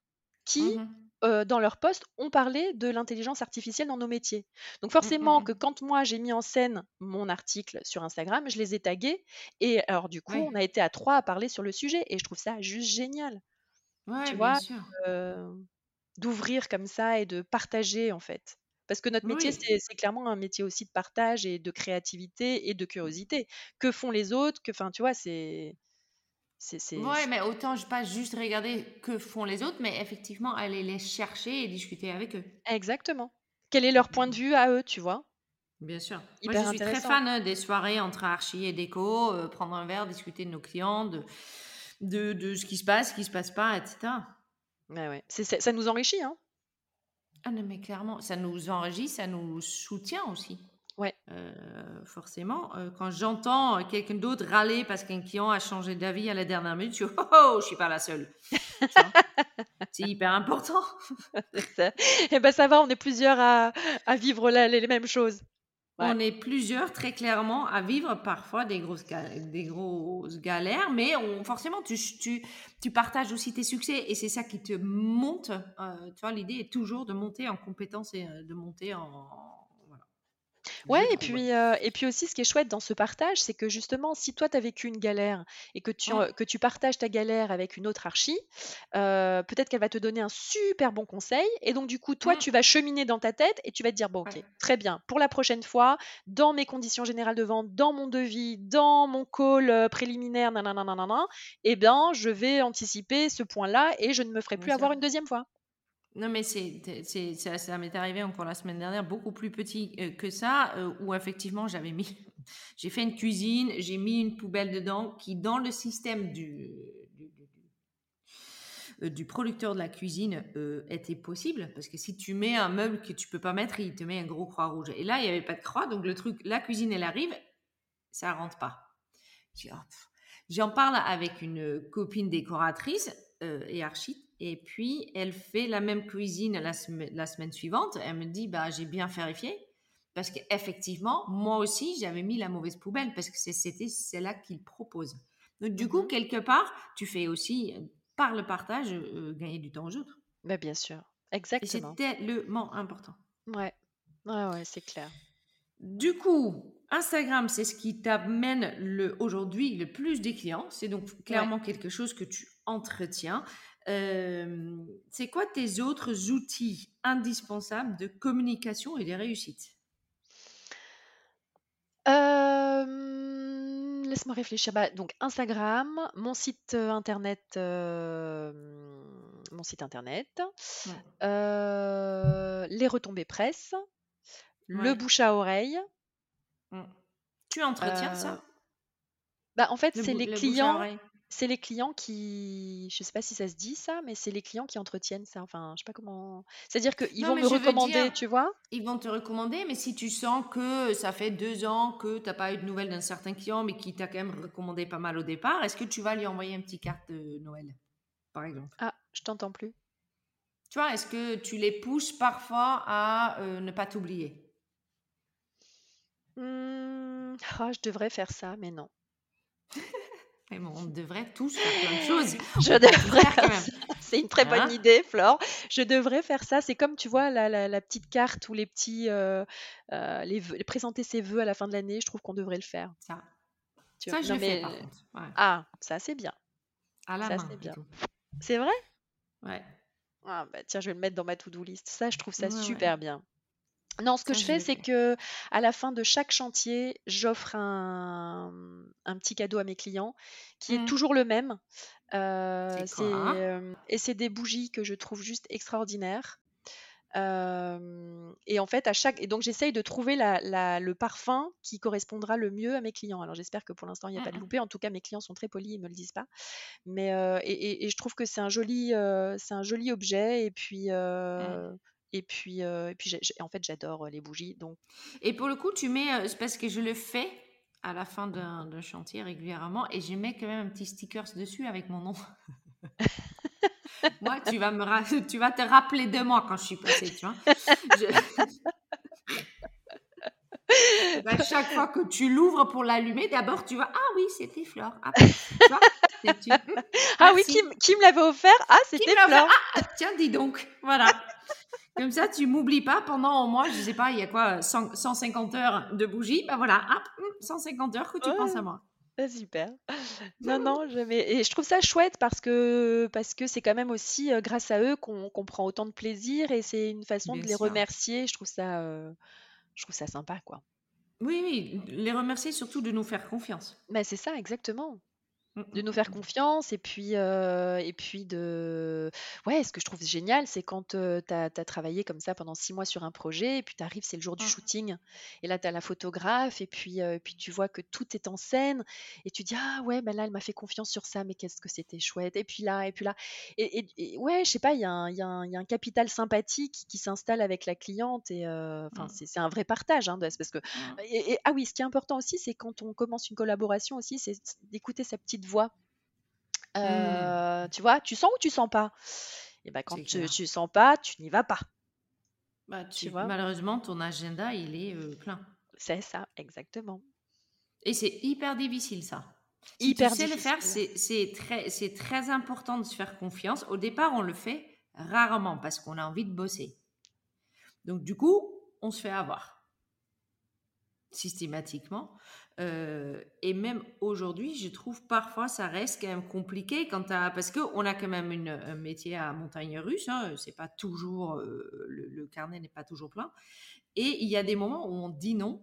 qui, Mhm. dans leur post, ont parlé de l'intelligence artificielle dans nos métiers. Donc Mm, forcément que mm, quand moi j'ai mis en scène mon article sur Instagram, je les ai tagués et alors du coup, Oui, on a été à 3 à parler sur le sujet et je trouve ça juste génial, ouais, tu bien vois? sûr. Heu, D'ouvrir comme ça et de partager, en fait. Parce que notre métier, Oui. c'est clairement un métier aussi de partage et de créativité et de curiosité. Que font les autres? Enfin, tu vois, Ouais, mais autant je pas juste regarder que font les autres, mais effectivement aller les chercher et discuter avec eux. exactement. Quel est Mm, leur point de mm. vue à eux, tu vois? Bien sûr. Moi, je Hyper suis très intéressant. fan des soirées entre archi et déco, prendre un verre, discuter de nos clients, de ce qui se passe pas, etc. Ouais, ouais. Ça nous enrichit, hein? Ah non, mais clairement, ça nous enrichit, ça nous soutient aussi. Ouais. Forcément, quand j'entends quelqu'un d'autre râler parce qu'un client a changé d'avis à la dernière minute, je suis oh, oh, je suis pas la seule. Tu vois, c'est hyper important. C'est ça. Et ben, ça va, on est plusieurs à vivre les mêmes choses. Ouais. On est plusieurs très clairement à vivre parfois des grosses galères, mais forcément tu partages aussi tes succès et c'est ça qui te monte. Tu vois, l'idée est toujours de monter en compétence et de monter voilà, Ouais, je trouve. et puis aussi, ce qui est chouette dans ce partage, c'est que justement, si toi, tu as vécu une galère et Hum, que tu partages ta galère avec une autre archi, peut-être qu'elle va te donner un super bon conseil. Et donc, du coup, toi, hum, tu vas cheminer dans ta tête et tu vas te dire, bon, ouais, ok, très bien, pour la prochaine fois, dans mes conditions générales de vente, dans mon devis, dans mon call préliminaire, nanana, nanana, eh bien, je vais anticiper ce point-là et je ne me ferai bien plus sûr. avoir une deuxième fois. Non, mais ça m'est arrivé encore la semaine dernière, beaucoup plus petit que ça, où effectivement j'ai fait une cuisine, j'ai mis une poubelle dedans qui, dans le système du producteur de la cuisine, était possible. Parce que si tu mets un meuble que tu peux pas mettre, il te met un gros croix rouge. Et là, il n'y avait pas de croix, donc le truc, la cuisine, elle arrive, ça rentre pas. Je dis, oh, pff. J'en parle avec une copine décoratrice et architecte, et puis elle fait la même cuisine la semaine suivante. Elle me dit, bah, j'ai bien vérifié, parce qu'effectivement, moi aussi, j'avais mis la mauvaise poubelle, parce que c'est là qu'il propose. Donc, du coup, Mhm. quelque part, tu fais aussi, par le partage, gagner du temps aux autres. Bah, bien sûr, Et c'est exactement. tellement important. Ouais, ouais, ouais, c'est clair. Du coup, Instagram, c'est ce qui t'amène aujourd'hui le plus des clients. C'est donc Ouais. clairement quelque chose que tu entretiens. C'est quoi tes autres outils indispensables de communication et de réussite? Laisse-moi réfléchir. Bah, donc Instagram, mon site internet, Ouais. les retombées presse, le Ouais. bouche à oreille. Mm. Tu entretiens euh, ça? Bah, en fait, Le bouche à oreille? c'est les clients qui, je sais pas si ça se dit ça, mais c'est les clients qui entretiennent ça. Enfin, je sais pas comment. C'est-à-dire qu'ils Non, vont mais me je veux dire, recommander, tu vois? ils vont te recommander, mais si tu sens que ça fait 2 ans que tu n'as pas eu de nouvelles d'un certain client, mais qui t'a quand même recommandé pas mal au départ, est-ce que tu vas lui envoyer une petite carte de Noël, par exemple? Ah, je t'entends plus. Tu vois, est-ce que tu les pousses parfois à ne pas t'oublier? Ah, je devrais faire ça, mais non. Mais bon, on devrait tous faire plein de choses. Je On peut pas tout devrais faire faire quand même. ça. C'est une très bonne Hein? idée, Flore. Je devrais faire ça. C'est comme, tu vois, la petite carte ou les petits, présenter ses vœux à la fin de l'année. Je trouve qu'on devrait le faire. Ça. Tu vois. Ça, je Non, le fais par mais contre. Ouais. ah, ça c'est bien. À la Ça main c'est et bien. tout. C'est vrai? Ouais. Ah, bah tiens, je vais le mettre dans ma to-do list. Ça, je trouve ça Ouais, ouais. super bien. Non, ce que Ça, je je fais, le c'est fais. que à la fin de chaque chantier, j'offre un petit cadeau à mes clients qui est Hmm. toujours le même. C'est quoi? Et c'est des bougies que je trouve juste extraordinaires. Et en fait, et donc j'essaye de trouver le parfum qui correspondra le mieux à mes clients. Alors j'espère que pour l'instant il n'y a pas de Hmm, loupé. En tout cas, mes clients sont très polis, ils me le disent pas. Mais et je trouve que c'est un joli objet. hmm. Et puis en fait j'adore les bougies. Donc Et pour le coup, tu mets, c'est parce que je le fais à la fin d'un chantier régulièrement et je mets quand même un petit sticker dessus avec mon nom. Moi, tu vas te rappeler de moi quand je suis passée, tu vois. Je- Bah, chaque fois que tu l'ouvres pour l'allumer, d'abord tu vois, ah oui, c'était Flore. Ah, tu vois, Ah oui, merci. qui me l'avait offert? Ah, Qui c'était me l'a offert? Flore. Tiens, dis donc. Voilà. Comme ça, tu m'oublies pas pendant au moins, je sais pas, il y a quoi, 150 heures de bougie. Ben voilà, hop, 150 heures que tu penses à Ouais, moi. super. Non, non, et je trouve ça chouette parce que c'est quand même aussi grâce à eux qu'on prend autant de plaisir et c'est une façon Bien de les sûr. remercier. Je trouve ça sympa, quoi. Oui, oui, les remercier surtout de nous faire confiance. Mais c'est ça, exactement. Mm, De nous mm, faire mm. confiance et puis ouais, ce que je trouve génial, c'est quand, tu as travaillé comme ça pendant 6 mois sur un projet et puis tu arrives, c'est le jour du Mm. shooting et là, tu as la photographe et puis tu vois que tout est en scène et tu dis: «Ah ouais, bah là, elle m'a fait confiance sur ça, mais qu'est-ce que c'était chouette» et puis là et ouais, je sais pas, il y a un capital sympathique qui s'installe avec la cliente et enfin, Mm, c'est un vrai partage, hein, parce que mm. ah oui, ce qui est important aussi, c'est quand on commence une collaboration aussi, c'est d'écouter sa petite voix. Mm. Tu vois? Tu sens ou tu sens pas? Et ben, quand C'est clair. tu sens pas, tu n'y vas pas, Bah, tu vois? malheureusement, ton agenda, il est plein. C'est ça, exactement. Et c'est hyper difficile, ça. Si tu Hyper sais le faire, difficile. c'est très important de se faire confiance. Au départ, on le fait rarement parce qu'on a envie de bosser. Donc, du coup, on se fait avoir systématiquement. Et même aujourd'hui, je trouve parfois ça reste quand même compliqué parce qu'on a quand même un métier à montagne russe. Hein, c'est pas toujours le carnet n'est pas toujours plein. Et il y a des moments où on dit non,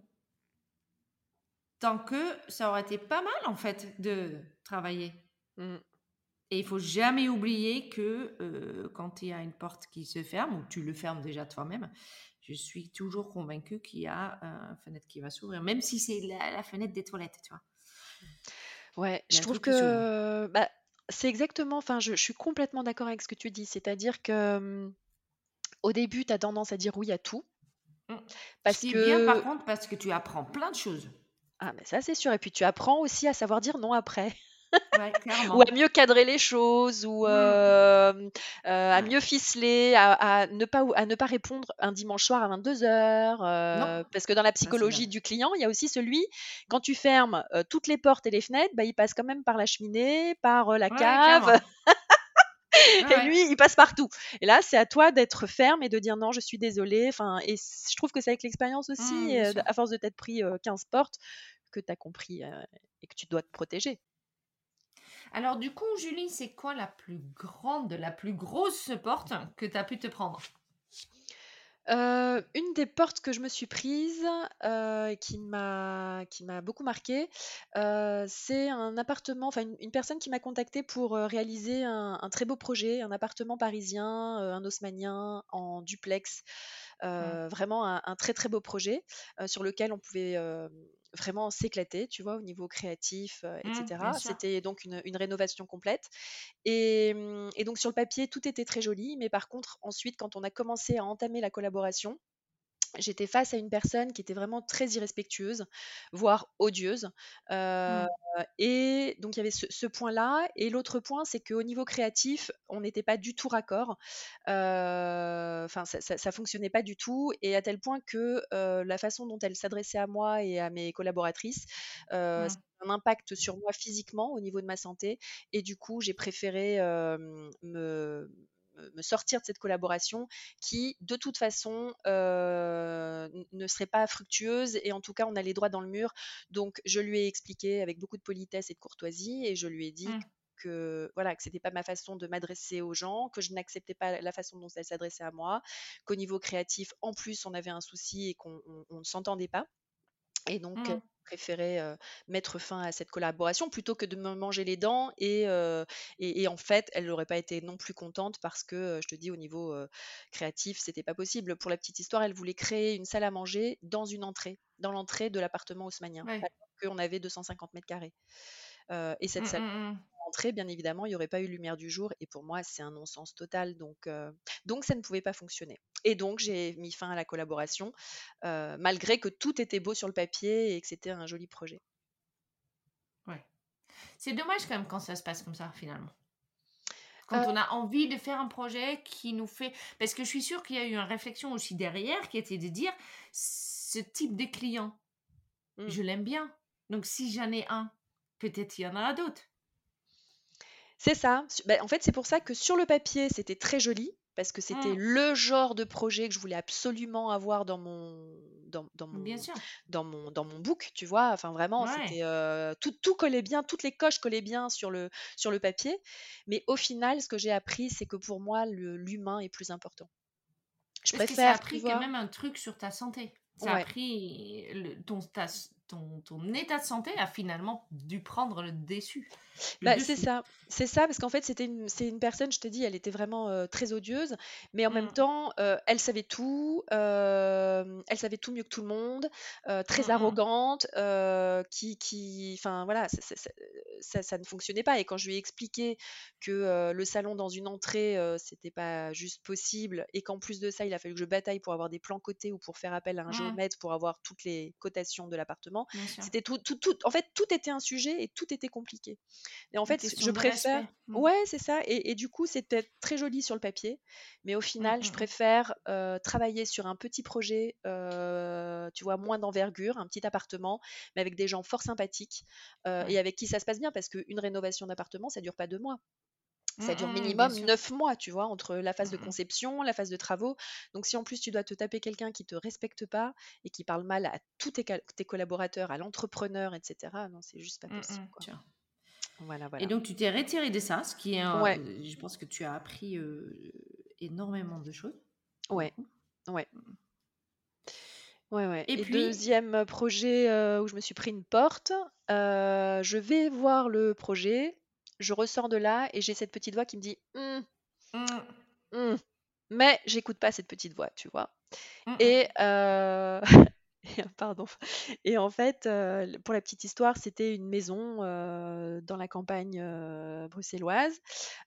tant que ça aurait été pas mal en fait de travailler. Mmh. Et il faut jamais oublier que quand il y a une porte qui se ferme, ou tu le fermes déjà toi-même, je suis toujours convaincue qu'il y a une fenêtre qui va s'ouvrir, même si c'est la fenêtre des toilettes, tu vois. Ouais, Il y je a un trouve truc qui s'ouvre. que, bah, c'est exactement enfin, je suis complètement d'accord avec ce que tu dis. C'est-à-dire que, au début, tu as tendance à dire oui à tout Mm. Ce parce qui est bien par que contre, parce que tu apprends plein de choses. ah, mais ça, c'est sûr et puis tu apprends aussi à savoir dire non après. Ouais, Ou à clairement. mieux cadrer les choses ou Mm. à Ouais. mieux ficeler, à ne pas répondre un dimanche soir à 22h, Non, parce que dans la ça c'est psychologie vrai. du client, il y a aussi celui, quand tu fermes, toutes les portes et les fenêtres, bah, il passe quand même par la cheminée, par, la Ouais, cave clairement. Ouais, et ouais. lui, il passe partout et là, c'est à toi d'être ferme et de dire: «Non, je suis désolé», enfin et je trouve que c'est avec l'expérience aussi Bien et sûr. à force de t'être pris, 15 portes que tu as compris, et que tu dois te protéger. Alors du coup, Julie, c'est quoi la plus grosse porte que tu as pu te prendre? Une des portes que je me suis prise, et qui m'a beaucoup marquée, c'est un appartement, enfin une personne qui m'a contactée pour, réaliser un très beau projet, un appartement parisien, un haussmannien en duplex. Mm. Vraiment un très, très beau projet, sur lequel on pouvait, vraiment s'éclater, tu vois? Au niveau créatif, et Bien cetera. sûr. C'était donc une rénovation complète et donc sur le papier, tout était très joli, mais par contre ensuite quand on a commencé à entamer la collaboration, j'étais face à une personne qui était vraiment très irrespectueuse, voire odieuse. Heu Mm. et donc il y avait ce point-là et l'autre point, c'est qu'au niveau créatif, on n'était pas du tout raccord. Enfin ça fonctionnait pas du tout et à tel point que, la façon dont elle s'adressait à moi et à mes collaboratrices, ça Mm. a un impact sur moi physiquement au niveau de ma santé et du coup, j'ai préféré, me sortir de cette collaboration qui, de toute façon, ne serait pas fructueuse et en tout cas, on allait droit dans le mur. Donc, je lui ai expliqué avec beaucoup de politesse et de courtoisie et je lui ai dit Mm. que voilà, que c'était pas ma façon de m'adresser aux gens, que je n'acceptais pas la façon dont elle s'adressait à moi, qu'au niveau créatif, en plus, on avait un souci et qu'on ne s'entendait pas. Et donc, Mm. préférait, mettre fin à cette collaboration plutôt que de me manger les dents et en fait, elle n'aurait pas été non plus contente parce que, je te dis au niveau, créatif, c'était pas possible. Pour la petite histoire, elle voulait créer une salle à manger dans l'entrée de l'appartement haussmannien, Ouais. alors qu'on avait 250 m². Et Mm, cette salle mm, mm. entrée, bien évidemment, il y aurait pas eu lumière du jour et pour moi, c'est un non-sens total donc ça ne pouvait pas fonctionner et donc j'ai mis fin à la collaboration, malgré que tout était beau sur le papier et que c'était un joli projet. Ouais. C'est dommage quand même quand ça se passe comme ça, finalement. Heu, Quand on a envie de faire un projet qui nous fait... Parce que je suis sûre qu'il y a eu une réflexion aussi derrière qui était de dire ce type de client. Mmh. je l'aime bien. Donc si j'en ai un, peut-être il y en a d'autres. C'est ça. En fait, c'est pour ça que sur le papier, c'était très joli, parce que c'était Mmh, le genre de projet que je voulais absolument avoir dans, dans bien mon, sûr. dans mon book, tu vois. Enfin, vraiment, Ouais. c'était tout collait bien, toutes les coches collaient bien sur le papier. Mais au final, ce que j'ai appris, c'est que pour moi, l'humain est plus important. Je Parce que ça a préfère, tu pris quand vois. même un truc sur ta santé. Ça a Ouais. pris ton état de santé a finalement dû prendre le Bah, dessus. c'est ça, parce qu'en fait, c'est une personne, je te dis, elle était vraiment très odieuse, mais en même Mmh, temps, elle savait tout mieux que tout le monde, très mmh, mmh. arrogante, enfin voilà, ça ne fonctionnait pas. Et quand je lui ai expliqué que le salon dans une entrée, c'était pas juste possible, et qu'en plus de ça, il a fallu que je bataille pour avoir des plans cotés ou pour faire appel à un Mmh, géomètre pour avoir toutes les cotations de l'appartement, bien sûr. c'était en fait, tout était un sujet et tout était compliqué. Et en Une fait, je question de préfère. respect. Mmh, Ouais, c'est ça. Et du coup, c'était très joli sur le papier. Mais au mmh, final, je mmh, préfère travailler sur un petit projet, tu vois, moins d'envergure, un petit appartement, mais avec des gens fort sympathiques et ouais. avec qui ça se passe bien. Parce qu'une rénovation d'appartement, ça dure pas 2 mois. Mmh, Ça dure bien minimum sûr. 9 mois, tu vois, entre la phase Mmh, de mmh. conception, la phase de travaux. Donc, si en plus tu dois te taper quelqu'un qui te respecte pas et qui parle mal à tous tes collaborateurs, à l'entrepreneur, etc., non, c'est juste pas Mmh, possible, mmh, quoi. sûr. Voilà, Et voilà. donc tu t'es retiré de ça, ce qui est Ouais, je pense que tu as appris, énormément de choses, pour le ouais, coup. ouais. Ouais, ouais. Et Et puis? deuxième projet où je me suis pris une porte, je vais voir le projet, je ressors de là et j'ai cette petite voix qui me dit Mmh, Mmh. Mais j'écoute pas cette petite voix, tu vois. mmh mh. Et pardon. Et en fait, pour la petite histoire, c'était une maison dans la campagne bruxelloise.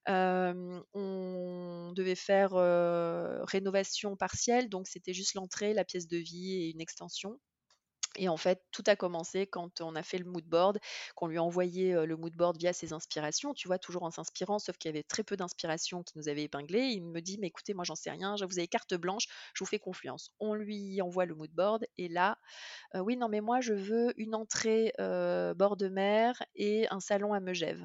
On devait faire rénovation partielle, donc c'était juste l'entrée, la pièce de vie et une extension. Et en fait, tout a commencé quand on a fait le mood board, qu'on lui a envoyé le mood board via ses inspirations, tu vois, toujours en s'inspirant, sauf qu'il y avait très peu d'inspiration qui nous avait épinglé. Il me dit, mais écoutez, moi j'en sais rien, vous avez carte blanche, je vous fais confiance. On lui envoie le mood board et là, oui, non, mais moi je veux une entrée bord de mer et un salon à Megève.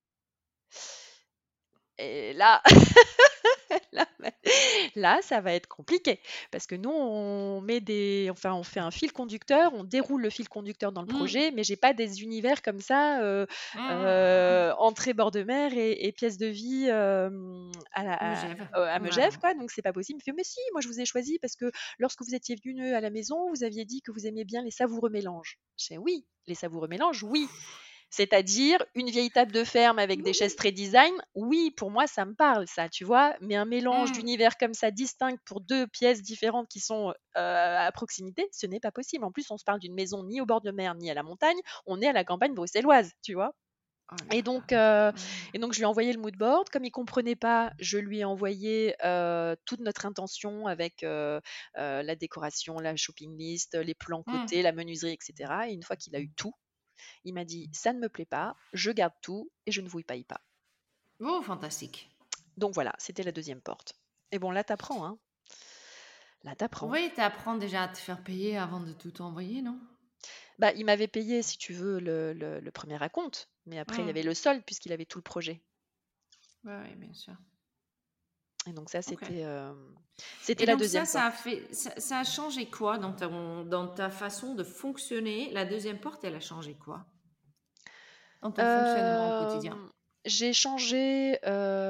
Et là, là, là, ça va être compliqué parce que nous, on fait un fil conducteur, on déroule le fil conducteur dans le Mmh. projet, mais j'ai pas des univers comme ça, Mmh. entrée bord de mer et pièce de vie Megève. à Bah Megève, non. quoi. Donc c'est pas possible. Il me fait, mais si, moi je vous ai choisi parce que lorsque vous étiez venu à la maison, vous aviez dit que vous aimiez bien les savoureux mélanges. Je fais oui, les savoureux mélanges, oui. C'est-à-dire une vieille table de ferme avec des chaises très design, oui, pour moi, ça me parle, ça, tu vois. Mais un mélange Mmh. d'univers comme ça, distinct pour deux pièces différentes qui sont à proximité, ce n'est pas possible. En plus, on se parle d'une maison ni au bord de mer ni à la montagne, on est à la campagne bruxelloise, tu vois. Oh là Et là. donc, Mmh. je lui ai envoyé le mood board. Comme il comprenait pas, je lui ai envoyé toute notre intention avec la décoration, la shopping list, les plans Mmh. cotés, la menuiserie, etc. Et une fois qu'il a eu tout, il m'a dit: «Ça ne me plaît pas, je garde tout et je ne vous y paye pas». Oh, fantastique. Donc voilà, c'était la deuxième porte. Et bon, là, t'apprends, hein. Là, t'apprends. Oui, tu apprends déjà à te faire payer avant de tout envoyer, non? Bah, il m'avait payé, si tu veux, le premier acompte, mais après, il y Mmh. avait le solde puisqu'il avait tout le projet. Ouais, ouais, bien sûr. Et donc ça, OK. c'était Et la donc ça, deuxième ça a porte. fait ça a changé quoi dans ta façon de fonctionner? La deuxième porte, elle a changé quoi? Dans ton fonctionnement au quotidien? Hem, j'ai changé,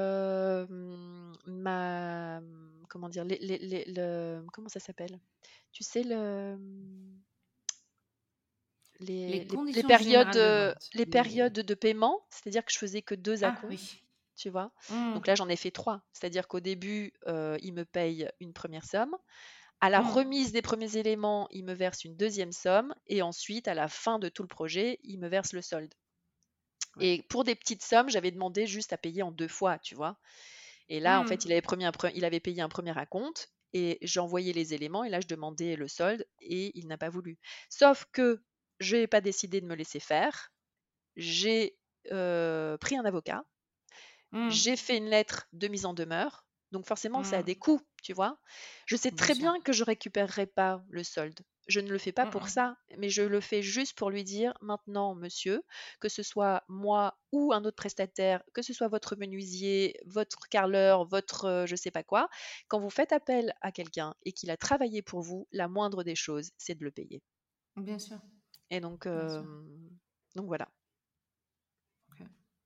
comment dire? Les le comment ça s'appelle? Tu sais, Les les conditions périodes, générales de vente, les les périodes de paiement, c'est-à-dire que je faisais que 2 ah oui. acomptes, tu vois? Mmh. Donc là, j'en ai fait 3. C'est-à-dire qu'au début, il me paye une première somme. À la Mmh. remise des premiers éléments, il me verse une deuxième somme et ensuite, à la fin de tout le projet, il me verse le solde. Ouais. Et pour des petites sommes, j'avais demandé juste à payer en 2 fois, tu vois? Et là, en Mmh. fait, il avait payé un premier acompte et j'ai envoyé les éléments et là, je demandais le solde et il n'a pas voulu. Sauf que je n'ai pas décidé de me laisser faire. J'ai pris un avocat, Mmh. j'ai fait une lettre de mise en demeure, donc forcément ça a Mmh. des coûts, tu vois? Je sais Bien très sûr. bien que je récupérerai pas le solde. Je ne le fais pas Mm, pour mm. ça, mais je le fais juste pour lui dire maintenant, monsieur, que ce soit moi ou un autre prestataire, que ce soit votre menuisier, votre carreleur, votre je sais pas quoi, quand vous faites appel à quelqu'un et qu'il a travaillé pour vous, la moindre des choses, c'est de le payer. Bien sûr, Et donc, bien sûr. voilà. Ok.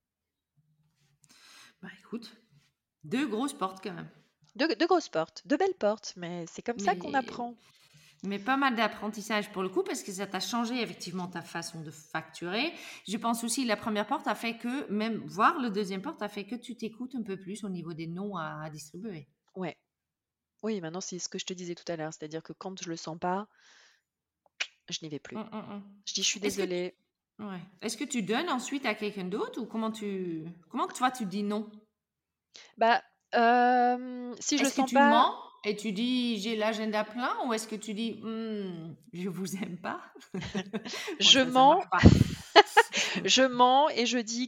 Bah écoute, deux grosses portes quand même. De grosses portes, de belles portes, mais c'est comme ça qu'on Mais, apprend. mais pas mal d'apprentissage pour le coup, parce que ça t'a changé effectivement ta façon de facturer. Je pense aussi la première porte a fait que, même voir le deuxième porte a fait que tu t'écoutes un peu plus au niveau des noms à distribuer. Ouais. Oui, maintenant, c'est ce que je te disais tout à l'heure, c'est-à-dire que quand je le sens pas, je n'y vais plus. Hum, hum, hum. Je dis: «Je suis Est-ce que tu, désolée». ouais. Est-ce que tu donnes ensuite à quelqu'un d'autre ou comment toi tu dis non? Bah, si je le Est-ce que sens tu pas, mens et tu dis j'ai l'agenda plein ou est-ce que tu dis je vous aime pas? Bon, je ça mens. marche pas. Je mens et je dis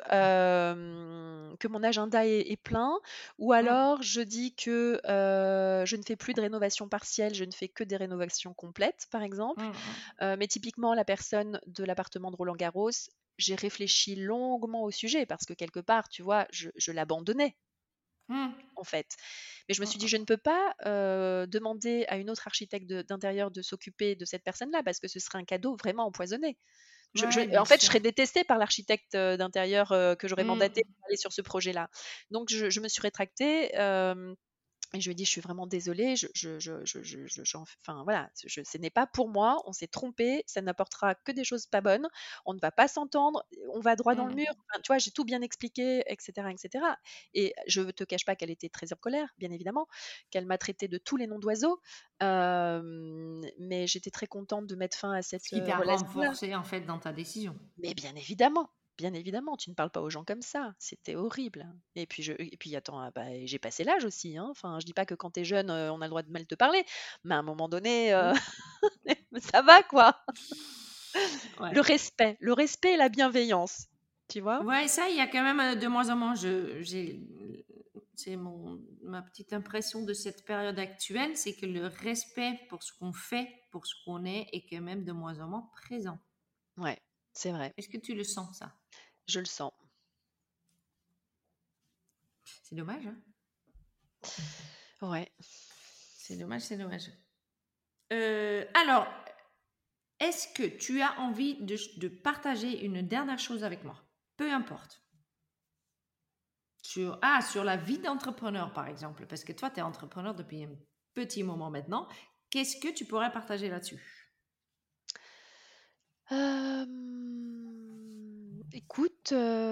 que mon agenda est plein, ou Mm, alors je dis que, je ne fais plus de rénovation partielle, je ne fais que des rénovations complètes, par exemple. mm, Mais typiquement, la personne de l'appartement de Roland-Garros, j'ai réfléchi longuement au sujet parce que quelque part, tu vois, je l'abandonnais, mm, en fait. Mais je me mm, suis dit: «Je ne mm. peux pas, demander à une autre architecte d'intérieur de s'occuper de cette personne-là parce que ce serait un cadeau vraiment empoisonné». Ouais, En bien fait, je sûr. serais détestée par l'architecte d'intérieur que j'aurais mandaté Mm, pour aller sur ce projet-là. Donc, je me suis rétractée. Et je lui ai dit: «Je suis vraiment désolée, enfin voilà, ce n'est pas pour moi, on s'est trompé, ça n'apportera que des choses pas bonnes, on ne va pas s'entendre, on va droit dans le mur». mm. Enfin, tu vois, j'ai tout bien expliqué et cetera et cetera. Et je ne te cache pas qu'elle était très en colère, bien évidemment, qu'elle m'a traitée de tous les noms d'oiseaux, mais j'étais très contente de mettre fin à Ce cette, qui t'a relation-là. renforcé en fait dans ta décision. Mais bien évidemment, tu ne parles pas aux gens comme ça, c'était horrible. Et puis attends, ah bah, j'ai passé l'âge aussi, hein. Enfin, je dis pas que quand tu es jeune, on a le droit de mal te parler, mais à un moment donné, Oui. ça va quoi. Ouais. Le respect et la bienveillance, tu vois? Ouais, ça, il y a quand même de moins en moins. C'est ma petite impression de cette période actuelle, c'est que le respect pour ce qu'on fait, pour ce qu'on est quand même de moins en moins présent. Ouais, c'est vrai, Est-ce que tu le sens, ça? je le sens. C'est dommage, hein? Ouais. C'est dommage, c'est dommage. Alors, est-ce que tu as envie de partager une dernière chose avec moi? Peu importe. Sur la vie d'entrepreneur, par exemple, parce que toi, tu es entrepreneur depuis un petit moment maintenant. Qu'est-ce que tu pourrais partager là-dessus? Écoute,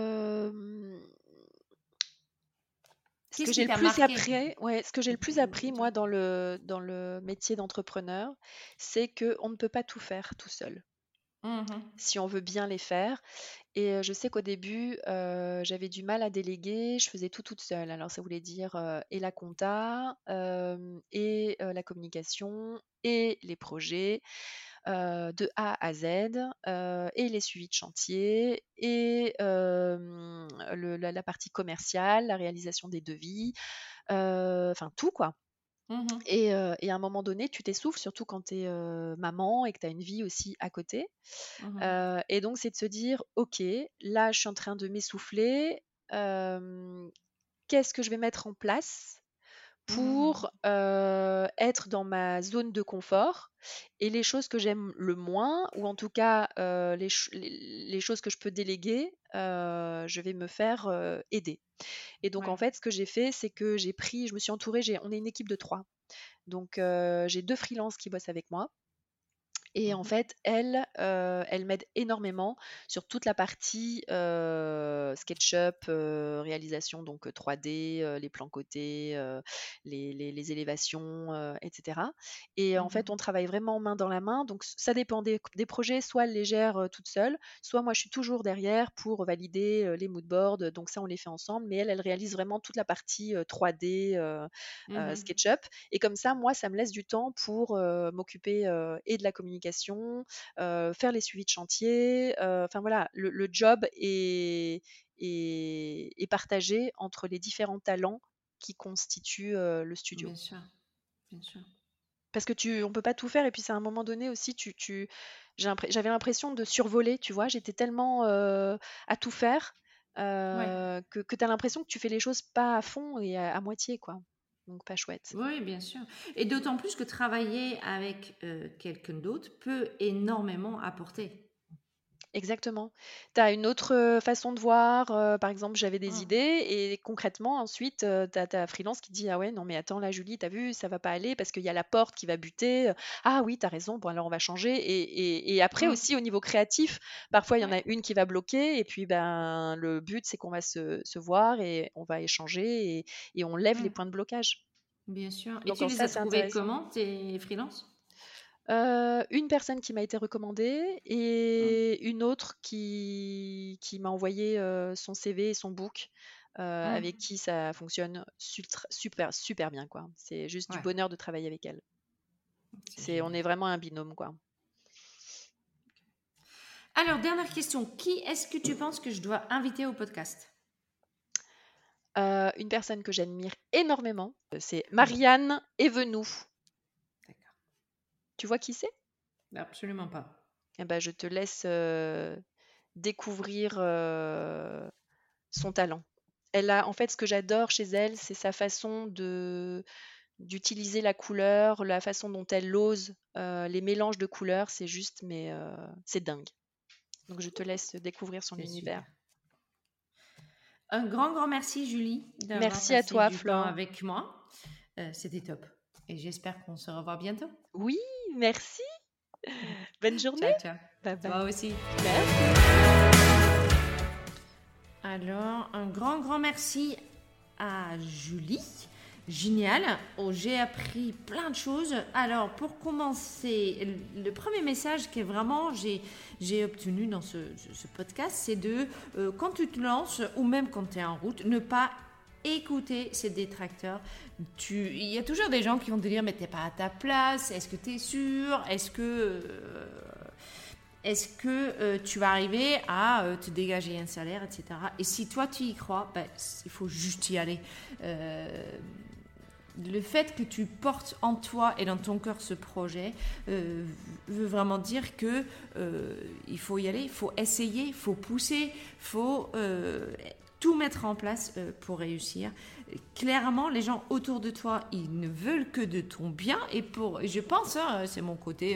ce que Qu'est-ce j'ai qui le t'a plus marqué? appris, ouais, ce que j'ai le plus appris moi dans le métier d'entrepreneur, c'est qu'on ne peut pas tout faire tout seul, Mhm, si on veut bien les faire. Et je sais qu'au début, j'avais du mal à déléguer, je faisais tout toute seule. Alors ça voulait dire, et la compta, et la communication et les projets, de A à Z, et les suivis de chantier et la partie commerciale, la réalisation des devis, enfin tout quoi. mhm, Et à un moment donné, tu t'essouffles, surtout quand tu es, maman et que tu as une vie aussi à côté. mhm, Et donc, c'est de se dire: «OK, là, je suis en train de m'essouffler, hem, qu'est-ce que je vais mettre en place mhm, pour, être dans ma zone de confort, et les choses que j'aime le moins, ou en tout cas, les choses que je peux déléguer, je vais me faire, aider». Et donc en ouais. fait, ce que j'ai fait, c'est que je me suis entourée, on est une équipe de 3. Donc j'ai 2 freelances qui bossent avec moi. Et en Mhm, fait, elle m'aide énormément sur toute la partie, SketchUp, réalisation donc 3D, les plans cotés, les élévations, et cetera. Et en fait, on mhm, travaille vraiment main dans la main, donc ça dépend des projets, soit elle les gère, toute seule, soit moi je suis toujours derrière pour valider, les moodboards, donc ça on les fait ensemble, mais elle réalise vraiment toute la partie, 3D, mhm. SketchUp. Et comme ça, moi, ça me laisse du temps pour, m'occuper, et de la communication, faire les suivis de chantier, enfin voilà, le job est partagé entre les différents talents qui constituent, le studio. Bien sûr, bien sûr. Parce que on peut pas tout faire et puis c'est à un moment donné aussi j'avais l'impression de survoler, tu vois? J'étais tellement, à tout faire, Ouais. que tu as l'impression que tu fais les choses pas à fond et à moitié, quoi. Donc pas chouette. Oui, bien sûr. Et d'autant plus que travailler avec quelqu'un d'autre peut énormément apporter. Exactement. Tu as une autre, façon de voir, par exemple, j'avais des Mm. idées et concrètement ensuite, tu as ta freelance qui dit: «Ah ouais, non mais attends là Julie, tu as vu, ça va pas aller parce qu'il y a la porte qui va buter, ah oui, tu as raison, bon alors on va changer» et après Mm. aussi au niveau créatif, parfois il y en Ouais, a une qui va bloquer et puis, ben, le but c'est qu'on va se voir et on va échanger et on lève les mm, points de blocage. bien sûr. Et Donc tu en les ça, as c'est trouvés intéressant. comment, tes freelances? Une personne qui m'a été recommandée Mm. et une autre qui m'a envoyé, son CV et son book, avec Mm. qui ça fonctionne super super bien, quoi. C'est juste du Ouais, bonheur de travailler avec elle. c'est On génial. est vraiment un binôme, quoi. Alors, dernière question. Qui est-ce que tu penses que je dois inviter au podcast? Une personne que j'admire énormément, c'est Oui, Marianne Evenou. d'accord. Tu vois qui c'est? Absolument pas. Eh ben, je te laisse, découvrir, son talent. En fait, ce que j'adore chez elle, c'est sa façon de d'utiliser la couleur, la façon dont elle ose, les mélanges de couleurs, c'est juste mais c'est dingue. Donc je te laisse découvrir son C'est univers. super. Un grand, grand merci, Julie, d'avoir Merci à passé toi, du temps Flore. avec moi. C'était top. Et j'espère qu'on se revoit bientôt. Oui, merci. Bonne journée. Ciao, ciao. Bye Toi bye. aussi. Merci. Alors, un grand, grand merci à Julie. Génial. Oh, j'ai appris plein de choses. Alors, pour commencer, le premier message que vraiment j'ai obtenu dans ce podcast, c'est quand tu te lances ou même quand tu es en route, ne pas écouter ces détracteurs. Il y a toujours des gens qui vont te dire, mais t'es pas à ta place. Est-ce que tu es sûr? Est-ce que tu vas arriver à te dégager un salaire, etc. Et si toi tu y crois, ben, il faut juste y aller. Le fait que tu portes en toi et dans ton cœur ce projet veut vraiment dire que il faut y aller, il faut essayer, il faut pousser, il faut tout mettre en place pour réussir. Clairement, les gens autour de toi, ils ne veulent que de ton bien. Et je pense, hein, c'est mon côté,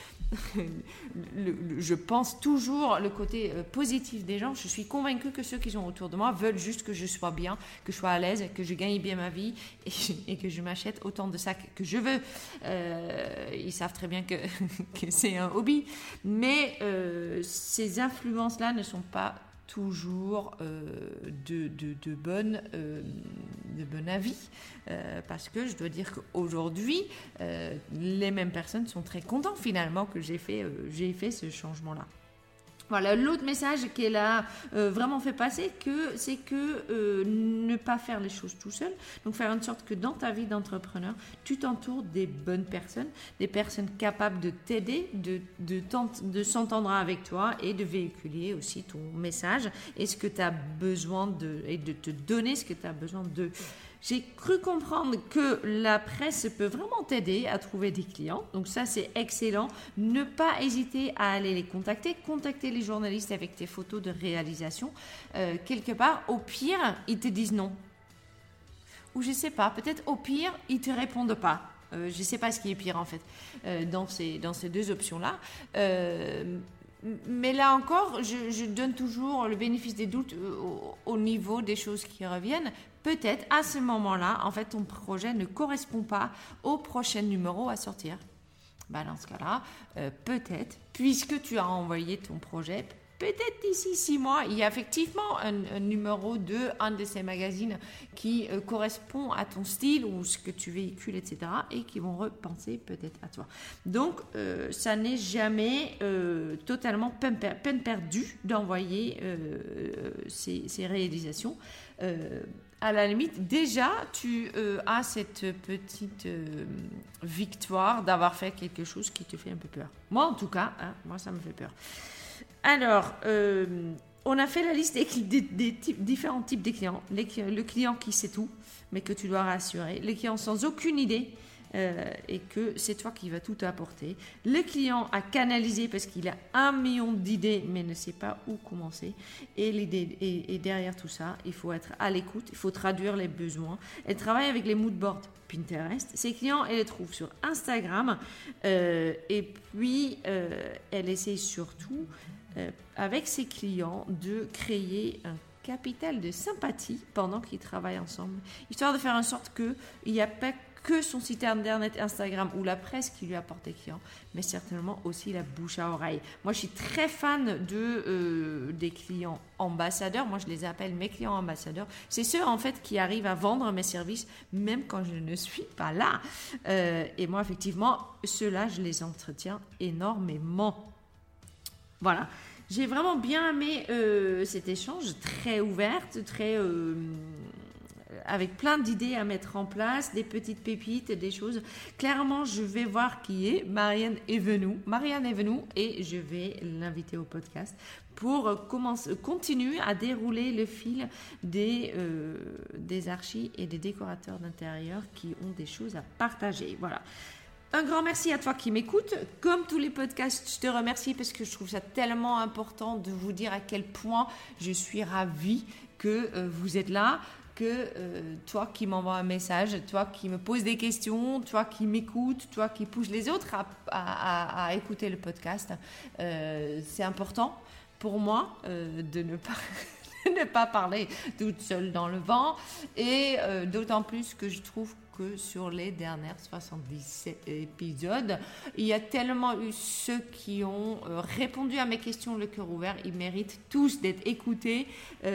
je pense toujours le côté positif des gens. Je suis convaincue que ceux qui sont autour de moi veulent juste que je sois bien, que je sois à l'aise, que je gagne bien ma vie et que je m'achète autant de sacs que je veux. Ils savent très bien que c'est un hobby. Mais ces influences-là ne sont pas toujours de bon avis parce que je dois dire qu'aujourd'hui les mêmes personnes sont très contents finalement que j'ai fait ce changement là. Voilà, l'autre message qu'elle a vraiment fait passer, c'est que ne pas faire les choses tout seul. Donc faire en sorte que dans ta vie d'entrepreneur, tu t'entoures des bonnes personnes, des personnes capables de t'aider, de s'entendre avec toi et de véhiculer aussi ton message et ce que tu as besoin et de te donner ce que tu as besoin de. J'ai cru comprendre que la presse peut vraiment t'aider à trouver des clients. Donc ça, c'est excellent. Ne pas hésiter à aller les contacter. Contacter les journalistes avec tes photos de réalisation. Quelque part, au pire, ils te disent non. Ou je sais pas, peut-être au pire, ils te répondent pas. Je sais pas ce qui est pire en fait dans ces deux options-là. Mais là encore, je donne toujours le bénéfice des doutes au niveau des choses qui reviennent. Peut-être à ce moment-là, en fait, ton projet ne correspond pas au prochain numéro à sortir. Bah, dans ce cas-là, peut-être, puisque tu as envoyé ton projet, peut-être d'ici 6 mois, il y a effectivement un numéro de un de ces magazines qui correspond à ton style ou ce que tu véhicules, etc. et qui vont repenser peut-être à toi. Donc, ça n'est jamais totalement peine perdue d'envoyer ces réalisations. À la limite, déjà, tu as cette petite victoire d'avoir fait quelque chose qui te fait un peu peur. Moi, en tout cas, hein, moi, ça me fait peur. Alors, on a fait la liste des différents types de clients. Le client qui sait tout, mais que tu dois rassurer. Les clients sans aucune idée, et que c'est toi qui vas tout apporter. Le client a canalisé parce qu'il a 1 million d'idées mais ne sait pas où commencer. Et derrière tout ça, il faut être à l'écoute, il faut traduire les besoins. Elle travaille avec les moodboards Pinterest. Ses clients, elle les trouve sur Instagram. Et puis, elle essaie surtout avec ses clients de créer un capital de sympathie pendant qu'ils travaillent ensemble, histoire de faire en sorte qu'il n'y a pas que son site internet, Instagram ou la presse qui lui apporte des clients, mais certainement aussi la bouche à oreille. Moi, je suis très fan des clients ambassadeurs. Moi, je les appelle mes clients ambassadeurs. C'est ceux, en fait, qui arrivent à vendre mes services, même quand je ne suis pas là. Et moi, effectivement, ceux-là, je les entretiens énormément. Voilà. J'ai vraiment bien aimé cet échange, très ouverte, très... avec plein d'idées à mettre en place, des petites pépites, des choses. Clairement, je vais voir qui est Marianne Evenou, et je vais l'inviter au podcast pour continuer à dérouler le fil des archis et des décorateurs d'intérieur qui ont des choses à partager. Voilà. Un grand merci à toi qui m'écoute. Comme tous les podcasts, je te remercie parce que je trouve ça tellement important de vous dire à quel point je suis ravie que vous êtes là, que toi qui m'envoies un message, toi qui me poses des questions, toi qui m'écoutes, toi qui pousse les autres à écouter le podcast. C'est important pour moi de ne pas parler toute seule dans le vent et d'autant plus que je trouve que sur les dernières 77 épisodes, il y a tellement eu ceux qui ont répondu à mes questions le cœur ouvert. Ils méritent tous d'être écoutés.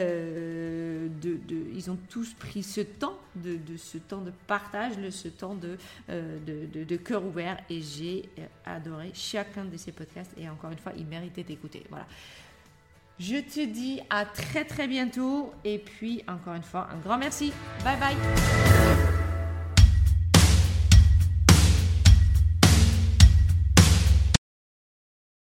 Ils ont tous pris ce temps ce temps de partage, ce temps de cœur ouvert et j'ai adoré chacun de ces podcasts et encore une fois, ils méritaient d'écouter. Voilà. Je te dis à très très bientôt et puis encore une fois, un grand merci. Bye bye.